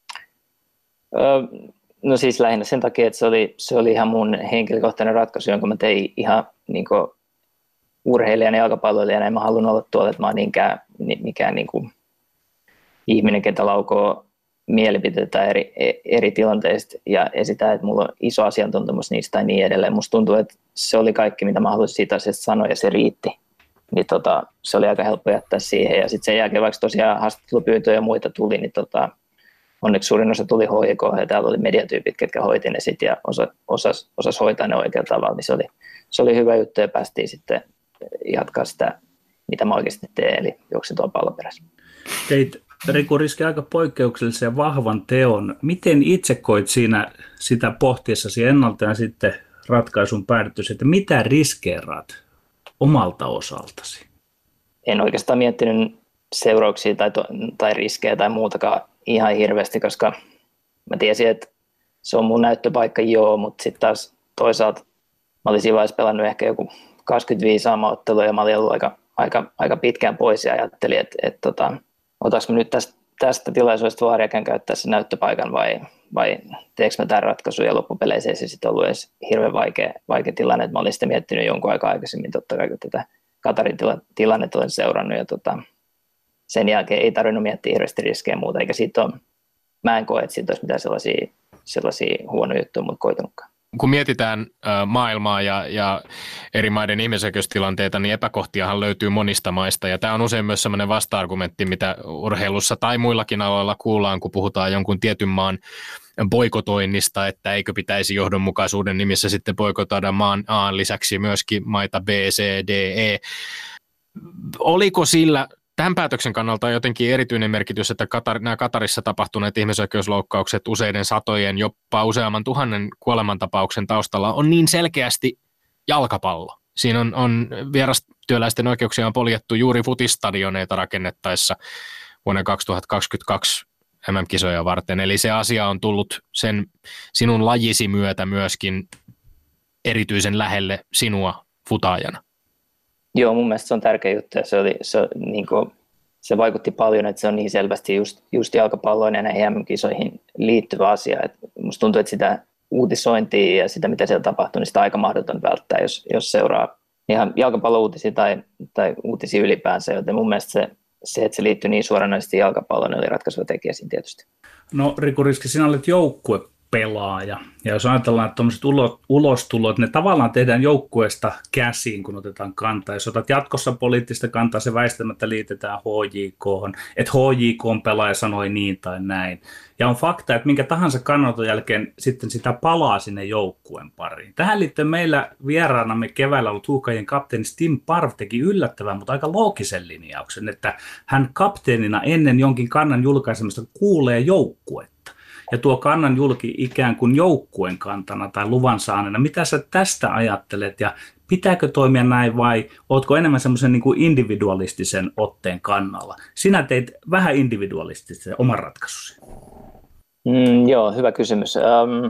Öö, no siis lähinnä sen takia, että se oli, se oli ihan mun henkilökohtainen ratkaisu, jonka mä tein ihan niin kuin urheilijana ja jalkapalloilijana. En mä halunnut olla tuolla, että mä oon niinkään, mikään niin kuin ihminen, ketä laukoo mielipiteitä eri, eri tilanteista ja esitää, että mulla on iso asiantuntemus niistä tai niin edelleen. Musta tuntuu, että se oli kaikki, mitä mä haluaisin siitä asiasta sanoa ja se riitti. Niin tota, se oli aika helppo jättää siihen ja sitten sen jälkeen, vaikka tosiaan haastattelupyyntöjä ja muita tuli, niin tota, onneksi suurin osa tuli H I K ja täällä oli mediatyypit, ketkä hoiti ne sitten ja osa, osas, osas hoitaa ne oikealla tavalla, niin se oli, se oli hyvä juttu ja päästiin sitten jatkaa sitä, mitä mä oikeasti teen, eli juoksin tuon pallon perässä. Teit, Riku Riski, aika poikkeuksellisen ja vahvan teon. Miten itse koit siinä sitä pohtiessasi ennalta ja sitten ratkaisun päädyttyisi, että mitä riskeeraat omalta osaltasi? En oikeastaan miettinyt seurauksia tai, to, tai riskejä tai muutakaan ihan hirveästi, koska mä tiesin, että se on mun näyttöpaikka, joo, mutta sitten taas toisaalta mä olin siinä vaiheessa pelannut ehkä joku kaksikymmentäviisi aamaottelua ja mä olin ollut aika, aika, aika pitkään pois ja ajattelin, että, että, että otanko mä nyt tästä, tästä tilaisuudesta vaariakaan käyttää sen näyttöpaikan vai, vai teekö mä tämän ratkaisun ja loppupeleissä ei se sitten ollut edes hirveän vaikea, vaikea tilanne, että mä olin sitten miettinyt jonkun aikaa aikaisemmin totta kai, kun tätä Katarin tila, tilannetta olen seurannut ja tota, sen jälkeen ei tarvinnut miettiä hirveästi riskejä ja muuta, eikä siitä ole, mä en koe, että siitä olisi mitään sellaisia, sellaisia huonoja juttuja mut koitunutkaan. Kun mietitään maailmaa ja, ja eri maiden ihmisoikeustilanteita, niin epäkohtiahan löytyy monista maista. Ja tämä on usein myös sellainen vasta-argumentti, mitä urheilussa tai muillakin aloilla kuullaan, kun puhutaan jonkun tietyn maan boikotoinnista, että eikö pitäisi johdonmukaisuuden nimissä sitten boikotoida maan A lisäksi myöskin maita B, C, D, E. Oliko sillä tämän päätöksen kannalta on jotenkin erityinen merkitys, että Katar, nämä Katarissa tapahtuneet ihmisoikeusloukkaukset useiden satojen, jopa useamman tuhannen kuolemantapauksen taustalla on niin selkeästi jalkapallo. Siinä on, on vierastyöläisten oikeuksia on poljettu juuri futistadioneita rakennettaessa vuonna kaksituhattakaksikymmentäkaksi M M-kisoja varten. Eli se asia on tullut sen sinun lajisi myötä myöskin erityisen lähelle sinua futaajana. Joo, mun mielestä se on tärkeä juttu ja se oli, se, niin kuin, se vaikutti paljon, että se on niin selvästi just, just jalkapalloon ja näihin M M-kisoihin liittyvä asia. Et musta tuntuu, että sitä uutisointia ja sitä, mitä siellä tapahtuu, niin sitä on aika mahdoton välttää, jos, jos seuraa ihan jalkapallouutisia tai, tai uutisia ylipäänsä. Joten mun mielestä se, se, että se liittyy niin suoranaisesti jalkapalloon, oli ratkaisuva tekijä siinä tietysti. No Riku Riski, sinä olet joukkuepelaaja. Ja jos ajatellaan, että tuommoiset ulostulot, ne tavallaan tehdään joukkueesta käsiin, kun otetaan kantaa. Jos otat jatkossa poliittista kantaa, se väistämättä liitetään H J K:hon, että H J K:n pelaaja sanoi niin tai näin. Ja on fakta, että minkä tahansa kannanoton jälkeen sitten sitä palaa sinne joukkueen pariin. Tähän liittyen meillä vieraanamme keväällä ollut Huuhkajien kapteeni Tim Parv teki yllättävän, mutta aika loogisen linjauksen, että hän kapteenina ennen jonkin kannan julkaisemista kuulee joukkuetta. Ja tuo kannan julki ikään kuin joukkueen kantana tai luvan saaneena. Mitä sä tästä ajattelet ja pitääkö toimia näin vai ootko enemmän semmoisen niin kuin individualistisen otteen kannalla? Sinä teit vähän individualistisen oman ratkaisusi. Mm, joo, hyvä kysymys. Um,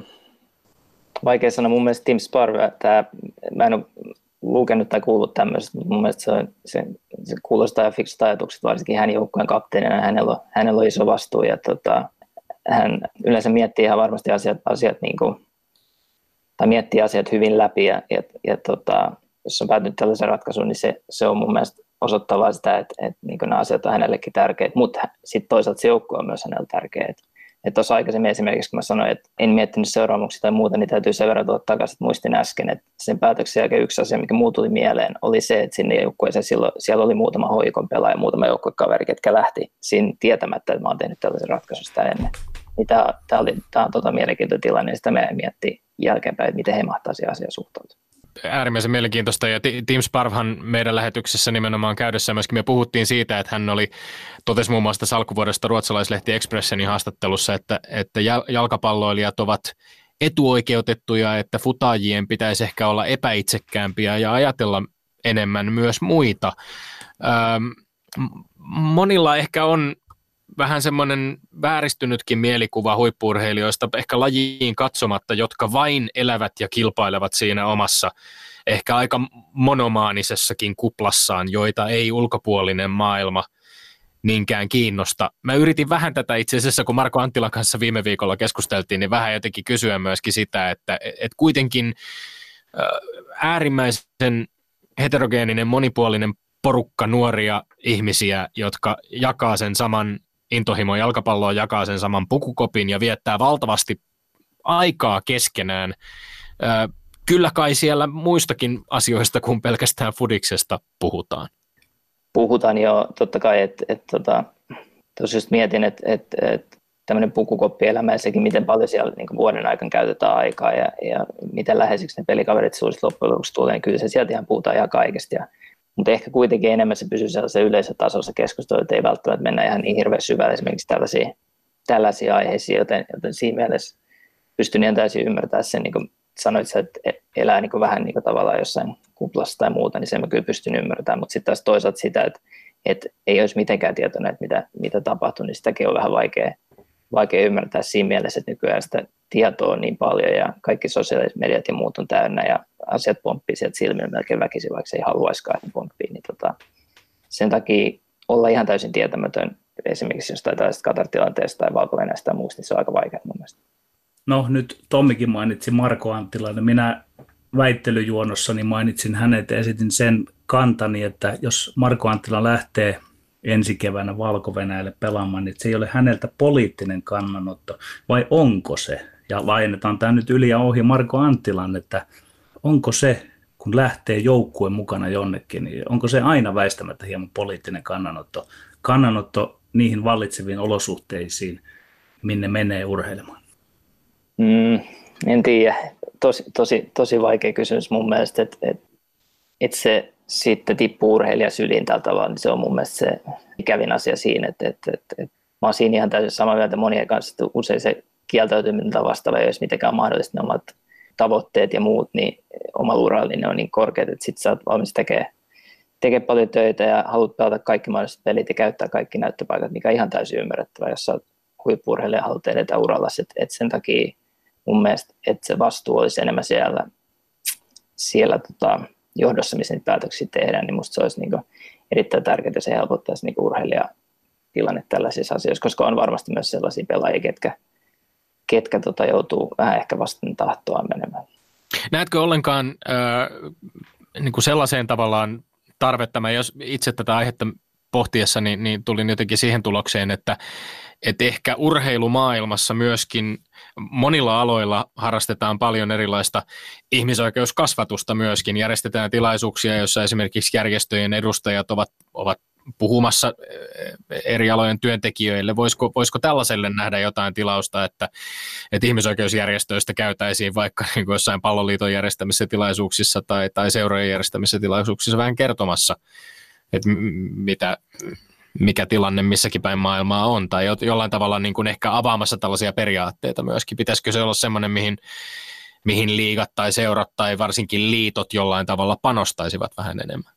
vaikea sanoa. Mun mielestä Tim Sparv, tää, mä en ole lukenut tai kuullut tämmöistä, mutta mun mielestä se, se, se kuulostaa ja fiksut ajatukset, varsinkin hän joukkueen kapteenina. Hänellä on, hänellä on iso vastuu ja tota, hän yleensä miettii ihan varmasti asiat, asiat niin kuin, tai miettii asiat hyvin läpi ja, ja, ja tota, jos on päätynyt tällaisen ratkaisuun, niin se, se on mun mielestä osoittavaa sitä, että, että niin kuin nämä asiat on hänellekin tärkeitä, mutta sitten toisaalta se joukkue on myös hänelle tärkeä. Tuossa aikaisemmin esimerkiksi, kun mä sanoin, että en miettinyt seuraamuksia tai muuta, niin täytyy sen verran tuoda takaisin, että muistin äsken, että sen päätöksen jälkeen yksi asia, mikä muu tuli mieleen, oli se, että sinne joukkueeseen silloin, siellä oli muutama hoikon pelaaja, muutama joukkuekaveri, ketkä lähti siinä tietämättä, että mä oon tehnyt tällaisen ratkaisun sitä ennen. Niin tämä, tämä, oli, tämä on tota mielenkiintoinen tilanne, ja sitä me miettii jälkeenpäin, että miten he mahtaa siihen asiaan suhtautua. Äärimmäisen mielenkiintoista, ja Tim Sparvhan meidän lähetyksessä nimenomaan käydessä myöskin me puhuttiin siitä, että hän oli, totesi muun muassa salkkuvuodesta ruotsalaislehti Expressenin haastattelussa, että, että jalkapalloilijat ovat etuoikeutettuja, että futaajien pitäisi ehkä olla epäitsekkäämpiä ja ajatella enemmän myös muita. Ähm, monilla ehkä on vähän semmoinen vääristynytkin mielikuva huippu-urheilijoista, ehkä lajiin katsomatta, jotka vain elävät ja kilpailevat siinä omassa, ehkä aika monomaanisessakin kuplassaan, joita ei ulkopuolinen maailma niinkään kiinnosta. Mä yritin vähän tätä itse asiassa, kun Marko Anttilan kanssa viime viikolla keskusteltiin, niin vähän jotenkin kysyä myöskin sitä, että, että kuitenkin äärimmäisen heterogeeninen, monipuolinen porukka nuoria ihmisiä, jotka jakaa sen saman intohimo jalkapalloa, jakaa sen saman pukukopin ja viettää valtavasti aikaa keskenään. Kyllä kai siellä muistakin asioista kuin pelkästään fudiksesta puhutaan. Puhutaan jo, totta kai, että et, tota, tuossa just mietin, että et, et, tämmöinen pukukoppielämä ja sekin, miten paljon siellä niin kuin vuoden aikana käytetään aikaa ja, ja miten läheisiksi ne pelikaverit suurista loppujen lopuksi tulee, niin kyllä se sieltä ihan puhutaan ihan kaikesta. Ja, mutta ehkä kuitenkin enemmän se pysyy sellaisen yleisötasossa keskustelua, että ei välttämättä mennä ihan niin hirveän syvälle esimerkiksi tällaisia, tällaisia aiheisia, joten, joten siinä mielessä pystyn ihan täysin ymmärtämään sen, niin kuin sanoit sä, että elää niin kuin vähän niin kuin tavallaan jossain kuplassa tai muuta, niin sen mä kyllä pystyn ymmärtämään, mutta sitten taas toisaalta sitä, että, että ei olisi mitenkään tietoinen, että mitä, mitä tapahtuu, niin sitäkin on vähän vaikea, vaikea ymmärtää siinä mielessä, että nykyään sitä tietoa on niin paljon ja kaikki sosiaaliset mediat ja muut on täynnä ja asiat pomppii sieltä silmillä melkein väkisin, vaikka se ei haluaisikaan, että ne pomppii, niin tota, sen takia olla ihan täysin tietämätön esimerkiksi jostain tällaisesta Qatar-tilanteesta tai Valko-Venäjästä tai muusta, niin se on aika vaikea mun mielestä. No nyt Tommikin mainitsi Marko Anttilan. Minä väittelyjuonossani mainitsin hänet ja esitin sen kantani, että jos Marko Anttila lähtee ensi keväänä Valko-Venäjälle pelaamaan, niin se ei ole häneltä poliittinen kannanotto, vai onko se? Ja laajennetaan tämä nyt yli ja ohi Marko Anttilan, että onko se, kun lähtee joukkueen mukana jonnekin, niin onko se aina väistämättä hieman poliittinen kannanotto, kannanotto niihin vallitseviin olosuhteisiin, minne menee urheilemaan? Mm, en tiedä. Tosi, tosi, tosi vaikea kysymys mun mielestä, että, että, että se sitten tippuu urheilija syliin tällä tavalla, niin se on mun mielestä se ikävin asia siinä, että, että, että, että mä oon siinä ihan täysin samaa mieltä monien kanssa, että usein se kieltäytyminen tai vastaava, jos mitenkään mahdollista ne omat tavoitteet ja muut, niin omalla uralla niin ne on niin korkeat, että sit sä oot valmis tekemään tekee paljon töitä ja haluat pelata kaikki mahdolliset pelit ja käyttää kaikki näyttöpaikat, mikä on ihan täysin ymmärrettävää, jos sä oot huippu-urheilija ja haluat edetä uralla, että, että sen takia mun mielestä, että se vastuu olisi enemmän siellä, siellä tota, johdossa, missä niitä päätöksiä tehdään, niin musta se olisi niin kuin erittäin tärkeää, ja se helpottaisi niin kuin urheilijaa, tilanne tällaisissa asioissa, koska on varmasti myös sellaisia pelaajia, ketkä, ketkä tota, joutuu vähän ehkä vasten tahtoa menemään. Näetkö ollenkaan äh, niin kuin sellaiseen tavallaan tarvetta, mä jos itse tätä aihetta pohtiessa, niin, niin tulin jotenkin siihen tulokseen, että, että ehkä urheilumaailmassa myöskin monilla aloilla harrastetaan paljon erilaista ihmisoikeuskasvatusta myöskin. Järjestetään tilaisuuksia, joissa esimerkiksi järjestöjen edustajat ovat, ovat puhumassa eri alojen työntekijöille. Voisiko, voisiko tällaiselle nähdä jotain tilausta, että, että ihmisoikeusjärjestöistä käytäisiin vaikka niin kuin jossain palloliiton järjestämissä tilaisuuksissa tai, tai seurojen järjestämissä tilaisuuksissa vähän kertomassa, että mitä, mikä tilanne missäkin päin maailmaa on, tai jollain tavalla niin kuin ehkä avaamassa tällaisia periaatteita myöskin. Pitäisikö se olla semmoinen, mihin, mihin liigat tai seurat tai varsinkin liitot jollain tavalla panostaisivat vähän enemmän?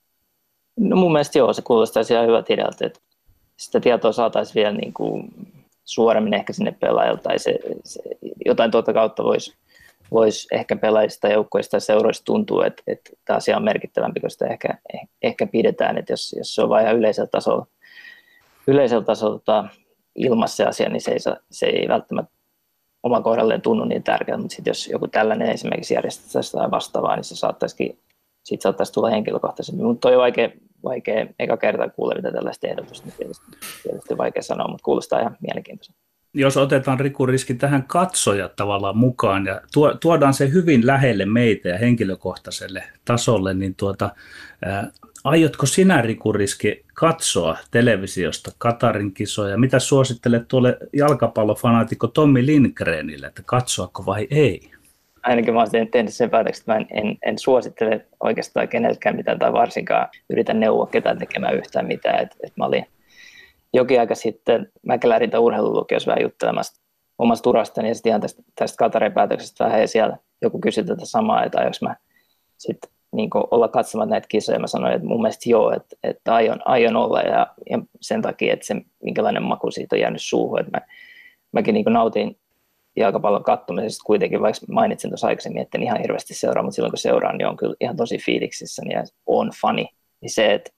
No mun mielestä joo, se kuulostaisi ihan hyvältä idealta, että sitä tietoa saataisiin vielä niin kuin suoremmin ehkä sinne pelaajalta, tai se, se, jotain tuota kautta voisi vois ehkä pelaajista, joukkueista ja seuroista tuntua, että, että tämä asia on merkittävämpi, kun sitä ehkä, ehkä pidetään, että jos, jos se on vain ihan yleisellä tasolla, yleisellä tasolla tota, ilmassa se asia, niin se ei, se ei välttämättä oman kohdalleen tunnu niin tärkeältä, mutta sitten jos joku tällainen esimerkiksi järjestetään tai vastaavaa, niin se saattaisikin siitä saattaisi tulla henkilökohtaisemmin, mutta toi on vaikea, vaikea eka kertaa kuulla, mitä tällaista ehdotusta, niin tietysti, tietysti vaikea sanoa, mutta kuulostaa ihan mielenkiintoista. Jos otetaan Riku Riski tähän katsojat tavallaan mukaan ja tuodaan se hyvin lähelle meitä ja henkilökohtaiselle tasolle, niin tuota, ää, aiotko sinä Riku Riski katsoa televisiosta Katarin kisoja? Mitä suosittelet tuolle jalkapallofanaatikko Tommi Lindgrenille, että katsoako vai ei? Ainakin mä olen tehnyt sen päätöksen, että mä en, en, en suosittele oikeastaan kenellekään mitään tai varsinkaan yritä neuvoa ketään tekemään yhtään mitään. Et, et mä olin jokin aika sitten Mäkelärintä urheilulukiossa vähän juttelemassa omasta urastani ja sitten ihan tästä, tästä Katarin päätöksestä vähän ja siellä joku kysyi tätä samaa, että aions mä sitten niin olla katsomaan näitä kisoja. Mä sanoin, että mun mielestä joo, että, että aion, aion olla ja, ja sen takia, että se minkälainen maku siitä on jäänyt suuhun. Että mä, mäkin niin nautin jalkapallon katsomisesta kuitenkin, vaikka mainitsin tuossa aikaisemmin, että en ihan hirveästi seuraa, mutta silloin kun seuraan, niin on kyllä ihan tosi fiiliksissä ja on fani. Niin se, että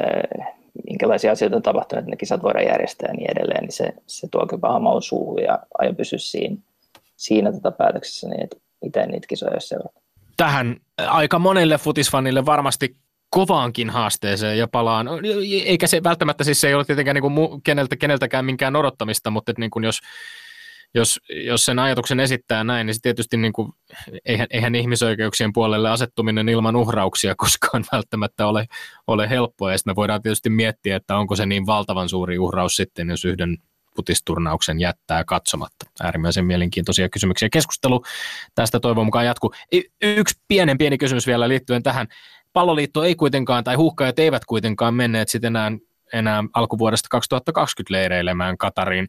minkälaisia asioita on tapahtunut, että ne kisat voidaan järjestää ja niin edelleen, niin se, se tuo kyllä paha maun suuhun ja aion pysyä siinä, siinä tätä päätöksessä, niin että itse niitä kisoja jos seurata. Tähän aika monelle futisfanille varmasti kovaankin haasteeseen ja palaan, eikä se välttämättä siis se ei ole tietenkään niin kuin keneltä, keneltäkään minkään odottamista, mutta että niin kuin jos Jos, jos sen ajatuksen esittää näin, niin se tietysti niin kuin, eihän, eihän ihmisoikeuksien puolelle asettuminen ilman uhrauksia koskaan välttämättä ole, ole helppoa. Ja sitten me voidaan tietysti miettiä, että onko se niin valtavan suuri uhraus sitten, jos yhden futisturnauksen jättää katsomatta. Äärimmäisen mielenkiintoisia kysymyksiä. Keskustelu tästä toivon mukaan jatkuu. Yksi pienen pieni kysymys vielä liittyen tähän. Palloliitto ei kuitenkaan, tai huuhkajat eivät kuitenkaan menneet sitten enää, enää alkuvuodesta kaksituhattakaksikymmentä leireilemään Katariin.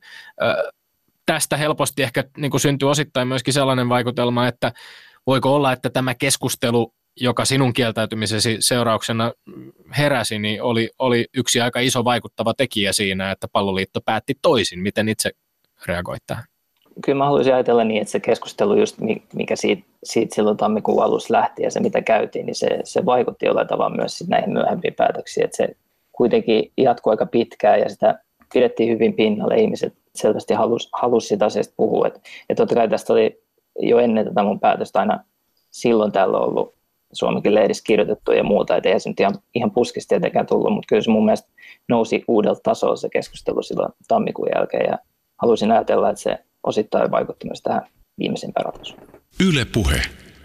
Tästä helposti ehkä niin kuin syntyy osittain myöskin sellainen vaikutelma, että voiko olla, että tämä keskustelu, joka sinun kieltäytymisesi seurauksena heräsi, niin oli, oli yksi aika iso vaikuttava tekijä siinä, että Palloliitto päätti toisin. Miten itse reagoit tähän? Kyllä mä haluaisin ajatella niin, että se keskustelu, just mikä siitä, siitä silloin tammikuun alussa lähti ja se mitä käytiin, niin se, se vaikutti jollain tavalla myös näihin myöhempiin päätöksiin. Että se kuitenkin jatkui aika pitkään ja sitä pidettiin hyvin pinnalle. Ihmiset selvästi halusi, halusi sitä asiasta puhua. Et, ja totta kai tästä oli jo ennen tätä mun päätöstä aina silloin täällä on ollut Suomenkin lehdissä kirjoitettu ja muuta, et eihän se nyt ihan, ihan puskista tietenkään tullut, mutta kyllä se mun mielestä nousi uudelta tasolla se keskustelu silloin tammikuun jälkeen ja halusin ajatella, että se osittain vaikutti myös tähän viimeisimpään ratkaisuun. Yle Puhe.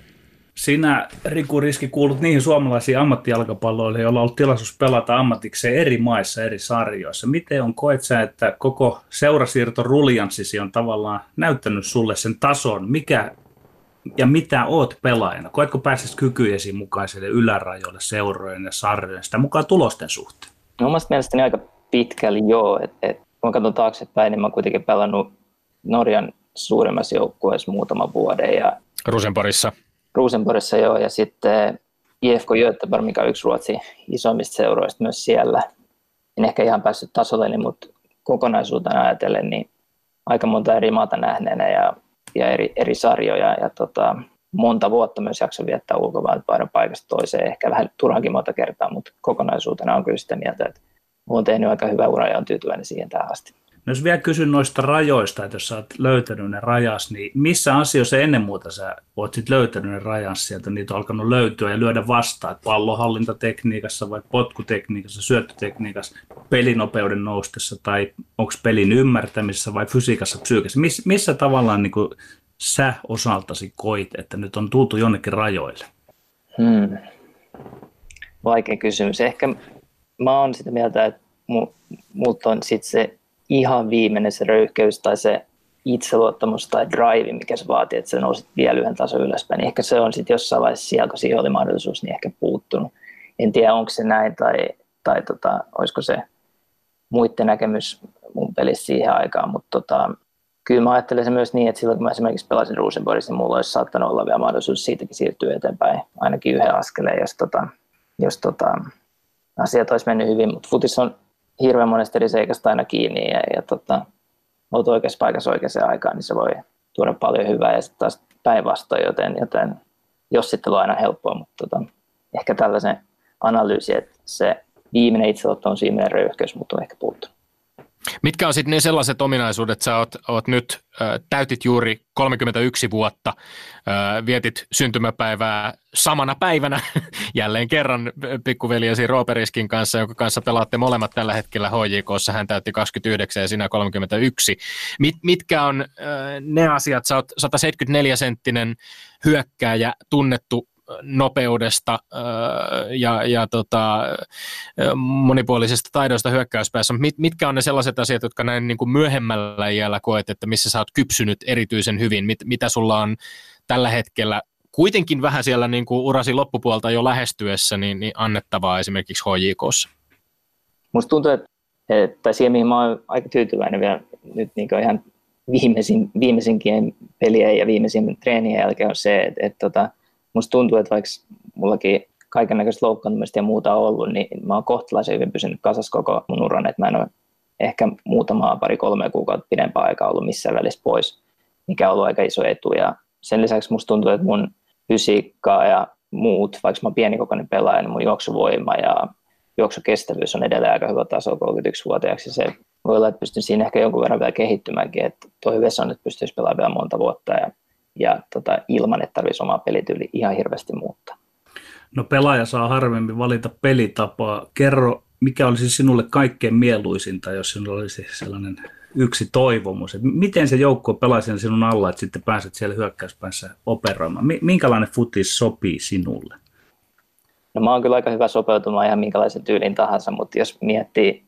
Sinä, Riku Riski, kuulut niihin suomalaisiin ammattijalkapalloille, joilla on ollut tilaisuus pelata ammatikseen eri maissa, eri sarjoissa. Miten on, koet sä, että koko seurasiirto ruljanssisi on tavallaan näyttänyt sulle sen tason, mikä ja mitä oot pelaajana? Koetko pääsisi kykyjesi mukaiselle ylärajoille seurojen ja sarjojen, sitä mukaan tulosten suhteen? No, omasta mielestäni aika pitkälle joo. Et, et, kun katson taaksepäin, niin mä oon kuitenkin pelannut Norjan suurimmassa joukkueessa muutaman vuoden. Ja Rosenborgissa. Rosenborgissa joo, ja sitten I F K Göteborg, mikä on yksi Ruotsin isommista seuroista myös siellä. En ehkä ihan päässyt tasolleni, mutta kokonaisuutena ajatellen, niin aika monta eri maata nähneenä ja, ja eri, eri sarjoja. Ja tota, monta vuotta myös jakson viettää ulkomailla paikasta toiseen, ehkä vähän turhankin monta kertaa, mutta kokonaisuutena on kyllä sitä mieltä, että, olen tehnyt aika hyvää uraa ja olen tyytyväinen siihen tähän asti. No jos vielä kysyn noista rajoista, että jos sä oot löytänyt ne rajas, niin missä asioissa ennen muuta sä oot sit löytänyt ne rajas sieltä, niitä on alkanut löytyä ja lyödä vastaan, että pallonhallintatekniikassa vai potkutekniikassa, syöttötekniikassa, pelinopeuden noustessa tai onko pelin ymmärtämisessä vai fysiikassa, psyykessä, Miss, missä tavallaan niin kuin sä osaltasi koit, että nyt on tultu jonnekin rajoille? Hmm. Vaikea kysymys. Ehkä mä oon sitä mieltä, että multa on sitten se ihan viimeinen se röyhkeys tai se itseluottamus tai drive, mikä se vaatii, että se nousit vielä yhden tason ylöspäin. Ehkä se on sitten jossain vaiheessa siellä, kun siihen oli mahdollisuus, niin ehkä puuttunut. En tiedä, onko se näin tai, tai tota, olisiko se muiden näkemys mun pelissä siihen aikaan, mutta tota, kyllä mä ajattelen se myös niin, että silloin kun mä esimerkiksi pelasin Rosenborgissa, niin mulla olisi saattanut olla vielä mahdollisuus siitäkin siirtyä eteenpäin, ainakin yhden askeleen, jos, tota, jos tota, asiat olisi mennyt hyvin, mutta futis on hirveän monesta eri seikasta aina kiinni ja, ja tota, olet oikeassa paikassa oikeaan aikaan, niin se voi tuoda paljon hyvää ja sitten taas päinvastoin, joten, joten jos sitten on aina helppoa, mutta tota, ehkä tällaisen analyysi, että se viimeinen itseluottamus on viimeinen röyhkeys, mutta on ehkä puuttunut. Mitkä on sitten ne sellaiset ominaisuudet, sä oot, oot nyt, äh, täytit juuri kolmekymmentäyksi vuotta, äh, vietit syntymäpäivää samana päivänä jälleen kerran pikkuveljesi Rooperiskin kanssa, jonka kanssa pelaatte molemmat tällä hetkellä H J K:ssa, hän täytti kaksikymmentäyhdeksän ja sinä kolmekymmentäyksi. Mit, mitkä on äh, ne asiat, sä oot sata seitsemänkymmentäneljä senttinen hyökkääjä, tunnettu nopeudesta ja, ja tota, monipuolisesta taidoista hyökkäyspäässä. Mit, mitkä on ne sellaiset asiat, jotka näin niin kuin myöhemmällä iällä koet, että missä sä oot kypsynyt erityisen hyvin? Mit, mitä sulla on tällä hetkellä kuitenkin vähän siellä niin kuin urasi loppupuolta jo lähestyessä niin, niin annettavaa esimerkiksi H J K:ssa? Musta tuntuu, että, että siihen mihin mä oon aika tyytyväinen vielä nyt niin kuin ihan viimeisin, viimeisinkin pelien ja viimeisin treenien jälkeen on se, että, että, että musta tuntuu, että vaikka mullakin kaikennäköistä loukkaantumista ja muuta on ollut, niin mä oon kohtalaisen hyvin pysynyt kasassa koko mun uran, että mä en ole ehkä muutamaa pari kolme kuukautta pidempään aikaa ollut missään välissä pois, mikä on ollut aika iso etu. Ja sen lisäksi musta tuntuu, että mun fysiikkaa ja muut, vaikka mä oon pienikokoinen pelaaja, niin mun juoksuvoima ja juoksukestävyys on edelleen aika hyvä taso kolmekymmentäyksivuotiaaksi. Ja se voi olla, että pystyn siinä ehkä jonkun verran vielä kehittymäänkin, että toi Vesa nyt pystyisi pelaamaan vielä monta vuotta ja ja tota, ilman, että tarvitsisi omaa pelityyliä ihan hirveästi muuttaa. No pelaaja saa harvemmin valita pelitapaa. Kerro, mikä olisi sinulle kaikkein mieluisinta, jos sinulla olisi sellainen yksi toivomus. Että miten se joukkue pelaisi sinun alla, että sitten pääset siellä hyökkäyspäässä operoimaan? Minkälainen futis sopii sinulle? No mä oon kyllä aika hyvä sopeutumaan ihan minkälaisen tyylin tahansa, mutta jos miettii,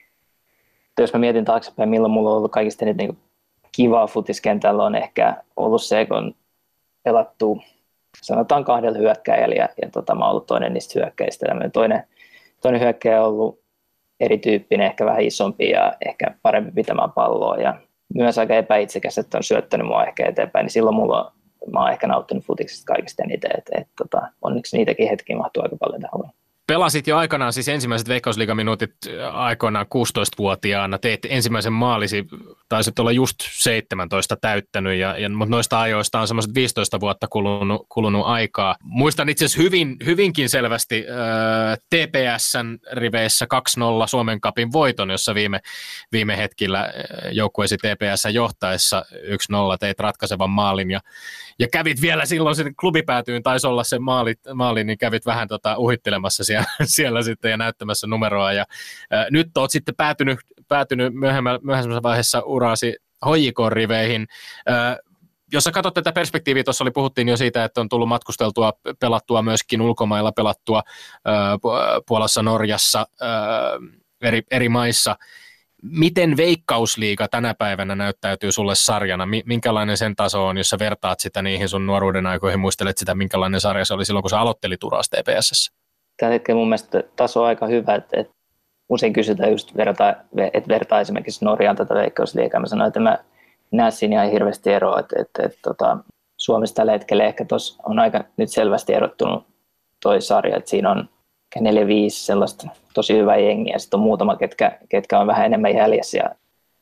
jos mä mietin taaksepäin, milloin mulla on ollut kaikista niitä niin kivaa futiskentällä on ehkä ollut se, kun on pelattu sanotaan kahdella hyökkäjällä ja, ja tota, mä oon ollut toinen niistä hyökkäistä. Toinen, toinen hyökkäjä on ollut erityyppinen, ehkä vähän isompi ja ehkä parempi pitämään palloa ja myös aika epäitsekäs, että on syöttänyt mua ehkä eteenpäin, niin silloin mulla on, mä oon ehkä nauttinut futiksesta kaikista eniten, että et, tota, onneksi niitäkin hetkiä mahtuu aika paljon tähän. Pelasit jo aikanaan siis ensimmäiset Veikkausliigaminuutit aikoinaan kuusitoistavuotiaana, teit ensimmäisen maalisi, taisit olla just seitsemäntoista täyttänyt, ja, ja, mutta noista ajoista on semmoiset viisitoista vuotta kulunut, kulunut aikaa. Muistan itse asiassa hyvin, hyvinkin selvästi äh, T P S:n riveissä kaksi nolla Suomen Cupin voiton, jossa viime, viime hetkillä joukkueesi T P S johtaessa yksi nolla teit ratkaisevan maalin, ja, ja kävit vielä silloin sen klubipäätyyn, taisi olla se maali, maali niin kävit vähän tota, uhittelemassa siellä, siellä sitten ja näyttämässä numeroa. Ja, ää, nyt olet sitten päätynyt, päätynyt myöhemmässä vaiheessa uraasi H J K-riveihin. Ää, jos sä katsot tätä perspektiiviä, tuossa oli, puhuttiin jo siitä, että on tullut matkusteltua, pelattua myöskin ulkomailla, pelattua ää, Puolassa, Norjassa, ää, eri, eri maissa. Miten Veikkausliiga tänä päivänä näyttäytyy sulle sarjana? Minkälainen sen taso on, jos sä vertaat sitä niihin sun nuoruuden aikoihin, muistelet sitä, minkälainen sarja se oli silloin, kun sä aloittelit uraasi T P S:ssä? Tällä hetkellä mun mielestä taso on aika hyvä, että, että usein kysytään just, vertaa, että vertaa esimerkiksi Norjaan tätä Veikkausliigaa. Mä sanoin, että mä näen siinä ihan hirveästi eroa, että, että, että, että tota, Suomessa tällä hetkellä ehkä tuossa on aika nyt selvästi erottunut toi sarja, että siinä on neljä viisi sellaista tosi hyvää jengiä ja sitten on muutama, ketkä, ketkä on vähän enemmän jäljessä ja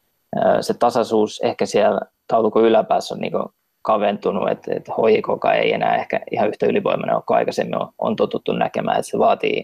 se tasaisuus ehkä siellä taulukon yläpäässä on niin kuin kaventunut, että, että H J K ei enää ehkä ihan yhtä ylivoimainen ole kuin aikaisemmin on, on totuttu näkemään, että se vaatii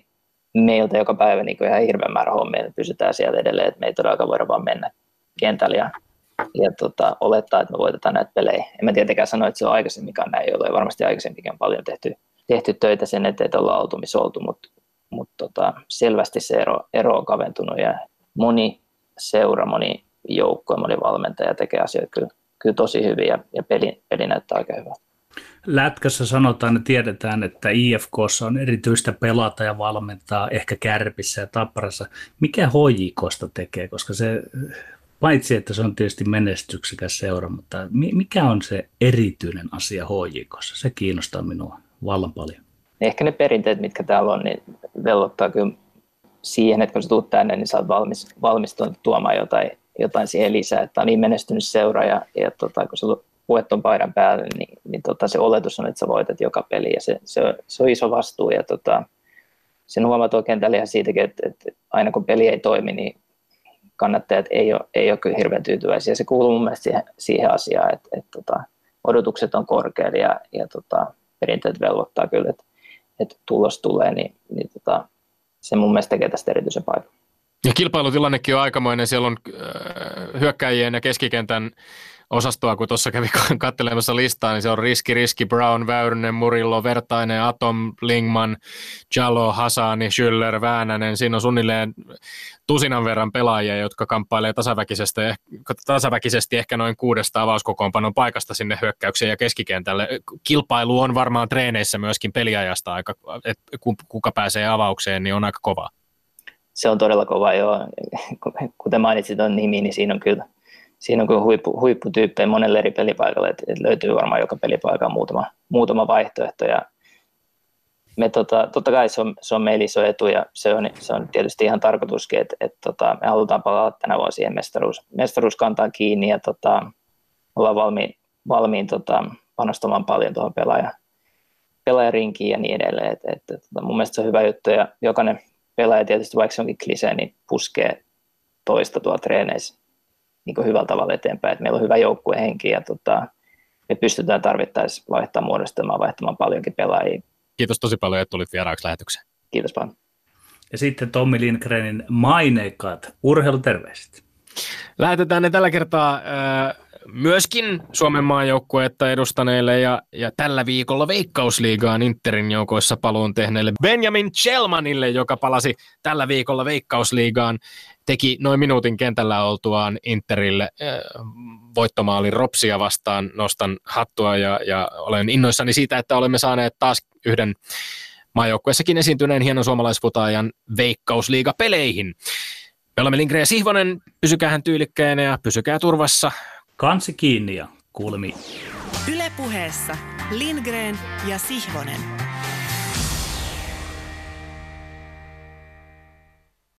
meiltä joka päivä niin ihan hirveän määrä hommia, että pysytään siellä edelleen, että me ei todellakaan voida vaan mennä kentällä ja, ja tota, olettaa, että me voitetaan näitä pelejä. En mä tietenkään sano, että se on aikaisemminkaan näin, jolloin varmasti aikaisemminkin on paljon tehty, tehty töitä sen eteen, että ollaan oltu missä oltu, mutta mut tota, selvästi se ero, ero on kaventunut ja moni seura, moni joukko ja moni valmentaja tekee asioita kyllä, kyllä tosi hyvin ja, ja peli, peli näyttää aika hyvältä. Lätkässä sanotaan ja tiedetään, että I F K:ssa on erityistä pelata ja valmentaa, ehkä Kärpissä ja Tapparassa. Mikä H J K:sta tekee, koska se, paitsi että se on tietysti menestyksekäs seura, mutta mikä on se erityinen asia H J K:ssa? Se kiinnostaa minua vallan paljon. Ehkä ne perinteet, mitkä täällä on, niin velvoittaa kyllä siihen, että kun sä tulet tänne, niin sä oot valmis, valmistunut tuomaan jotain, jotain siihen lisää. Että on niin menestynyt seura ja, ja tota, kun sä puet ton paidan päälle, niin, niin tota, se oletus on, että sä voitat joka peli ja se, se, on, se on iso vastuu ja tota, sen huomaa tuolla kentällä ihan siitäkin, että, että aina kun peli ei toimi, niin kannattajat ei ole, ei ole kyllä hirveän tyytyväisiä. Se kuuluu mun mielestä siihen, siihen asiaan, että, että tota, odotukset on korkealla ja, ja tota, perinteet velvoittaa kyllä, että, että tulos tulee, niin, niin tota, se mun mielestä tekee tästä erityisen paikan. Ja kilpailutilannekin on aikamoinen. Siellä on äh, hyökkäjien ja keskikentän osastoa, kun tuossa kävi katselemassa listaa, niin se on Riski, Riski, Brown, Väyrynen, Murillo, Vertainen, Atom, Lingman, Jalo, Hasani, Schüller, Väänänen. Siinä on suunnilleen tusinan verran pelaajia, jotka kamppailee tasaväkisesti, tasaväkisesti ehkä noin kuudesta avauskokoonpanon paikasta sinne hyökkäykseen ja keskikentälle. Kilpailu on varmaan treeneissä myöskin peliajasta, aika, että kuka pääsee avaukseen, niin on aika kova. Se on todella kova, joo. Kuten mainitsit tuon nimi, niin siinä on kyllä Siinä on kyllä huippu, huipputyyppejä monelle eri pelipaikalle, että et löytyy varmaan joka pelipaikan muutama, muutama vaihtoehto. Ja me tota, totta kai se on, se on meillä iso etu ja se on, se on tietysti ihan tarkoituskin, että et tota, me halutaan palata tänä vuonna siihen mestaruus, mestaruuskantaan kiinni ja tota, ollaan valmiin, valmiin tota, panostamaan paljon tuohon pelaaja, pelaajarinkiin ja niin edelleen. Et, et, et, mun mielestä se on hyvä juttu ja jokainen pelaaja tietysti, vaikka se onkin klisee, niin puskee toista tuolla treeneissä niin hyvällä tavalla eteenpäin, että meillä on hyvä joukkuehenki ja tota, me pystytään tarvittaessa vaihtamaan muodostamaan, vaihtamaan paljonkin pelaajia. Kiitos tosi paljon, että tulit vieraaksi lähetykseen. Kiitos paljon. Ja sitten Tommi Lindgrenin maineikkaat urheiluterveiset. Lähetetään ne tällä kertaa äh, myöskin Suomen maajoukkuetta edustaneille ja, ja tällä viikolla Veikkausliigaan Interin joukoissa paluun tehneelle Benjamin Chelmanille, joka palasi tällä viikolla Veikkausliigaan. Teki noin minuutin kentällä oltuaan Interille äh, voittomaalin Ropsia vastaan. Nostan hattua ja, ja olen innoissani siitä, että olemme saaneet taas yhden maajoukkueessakin esiintyneen hienon suomalaisfutaajan Veikkausliiga-peleihin. Me olemme Lindgren ja Sihvonen. Pysykäähän tyylikkäänä ja pysykää turvassa. Kansi kiinni ja kuulemiin. Yle Puheessa Lindgren ja Sihvonen.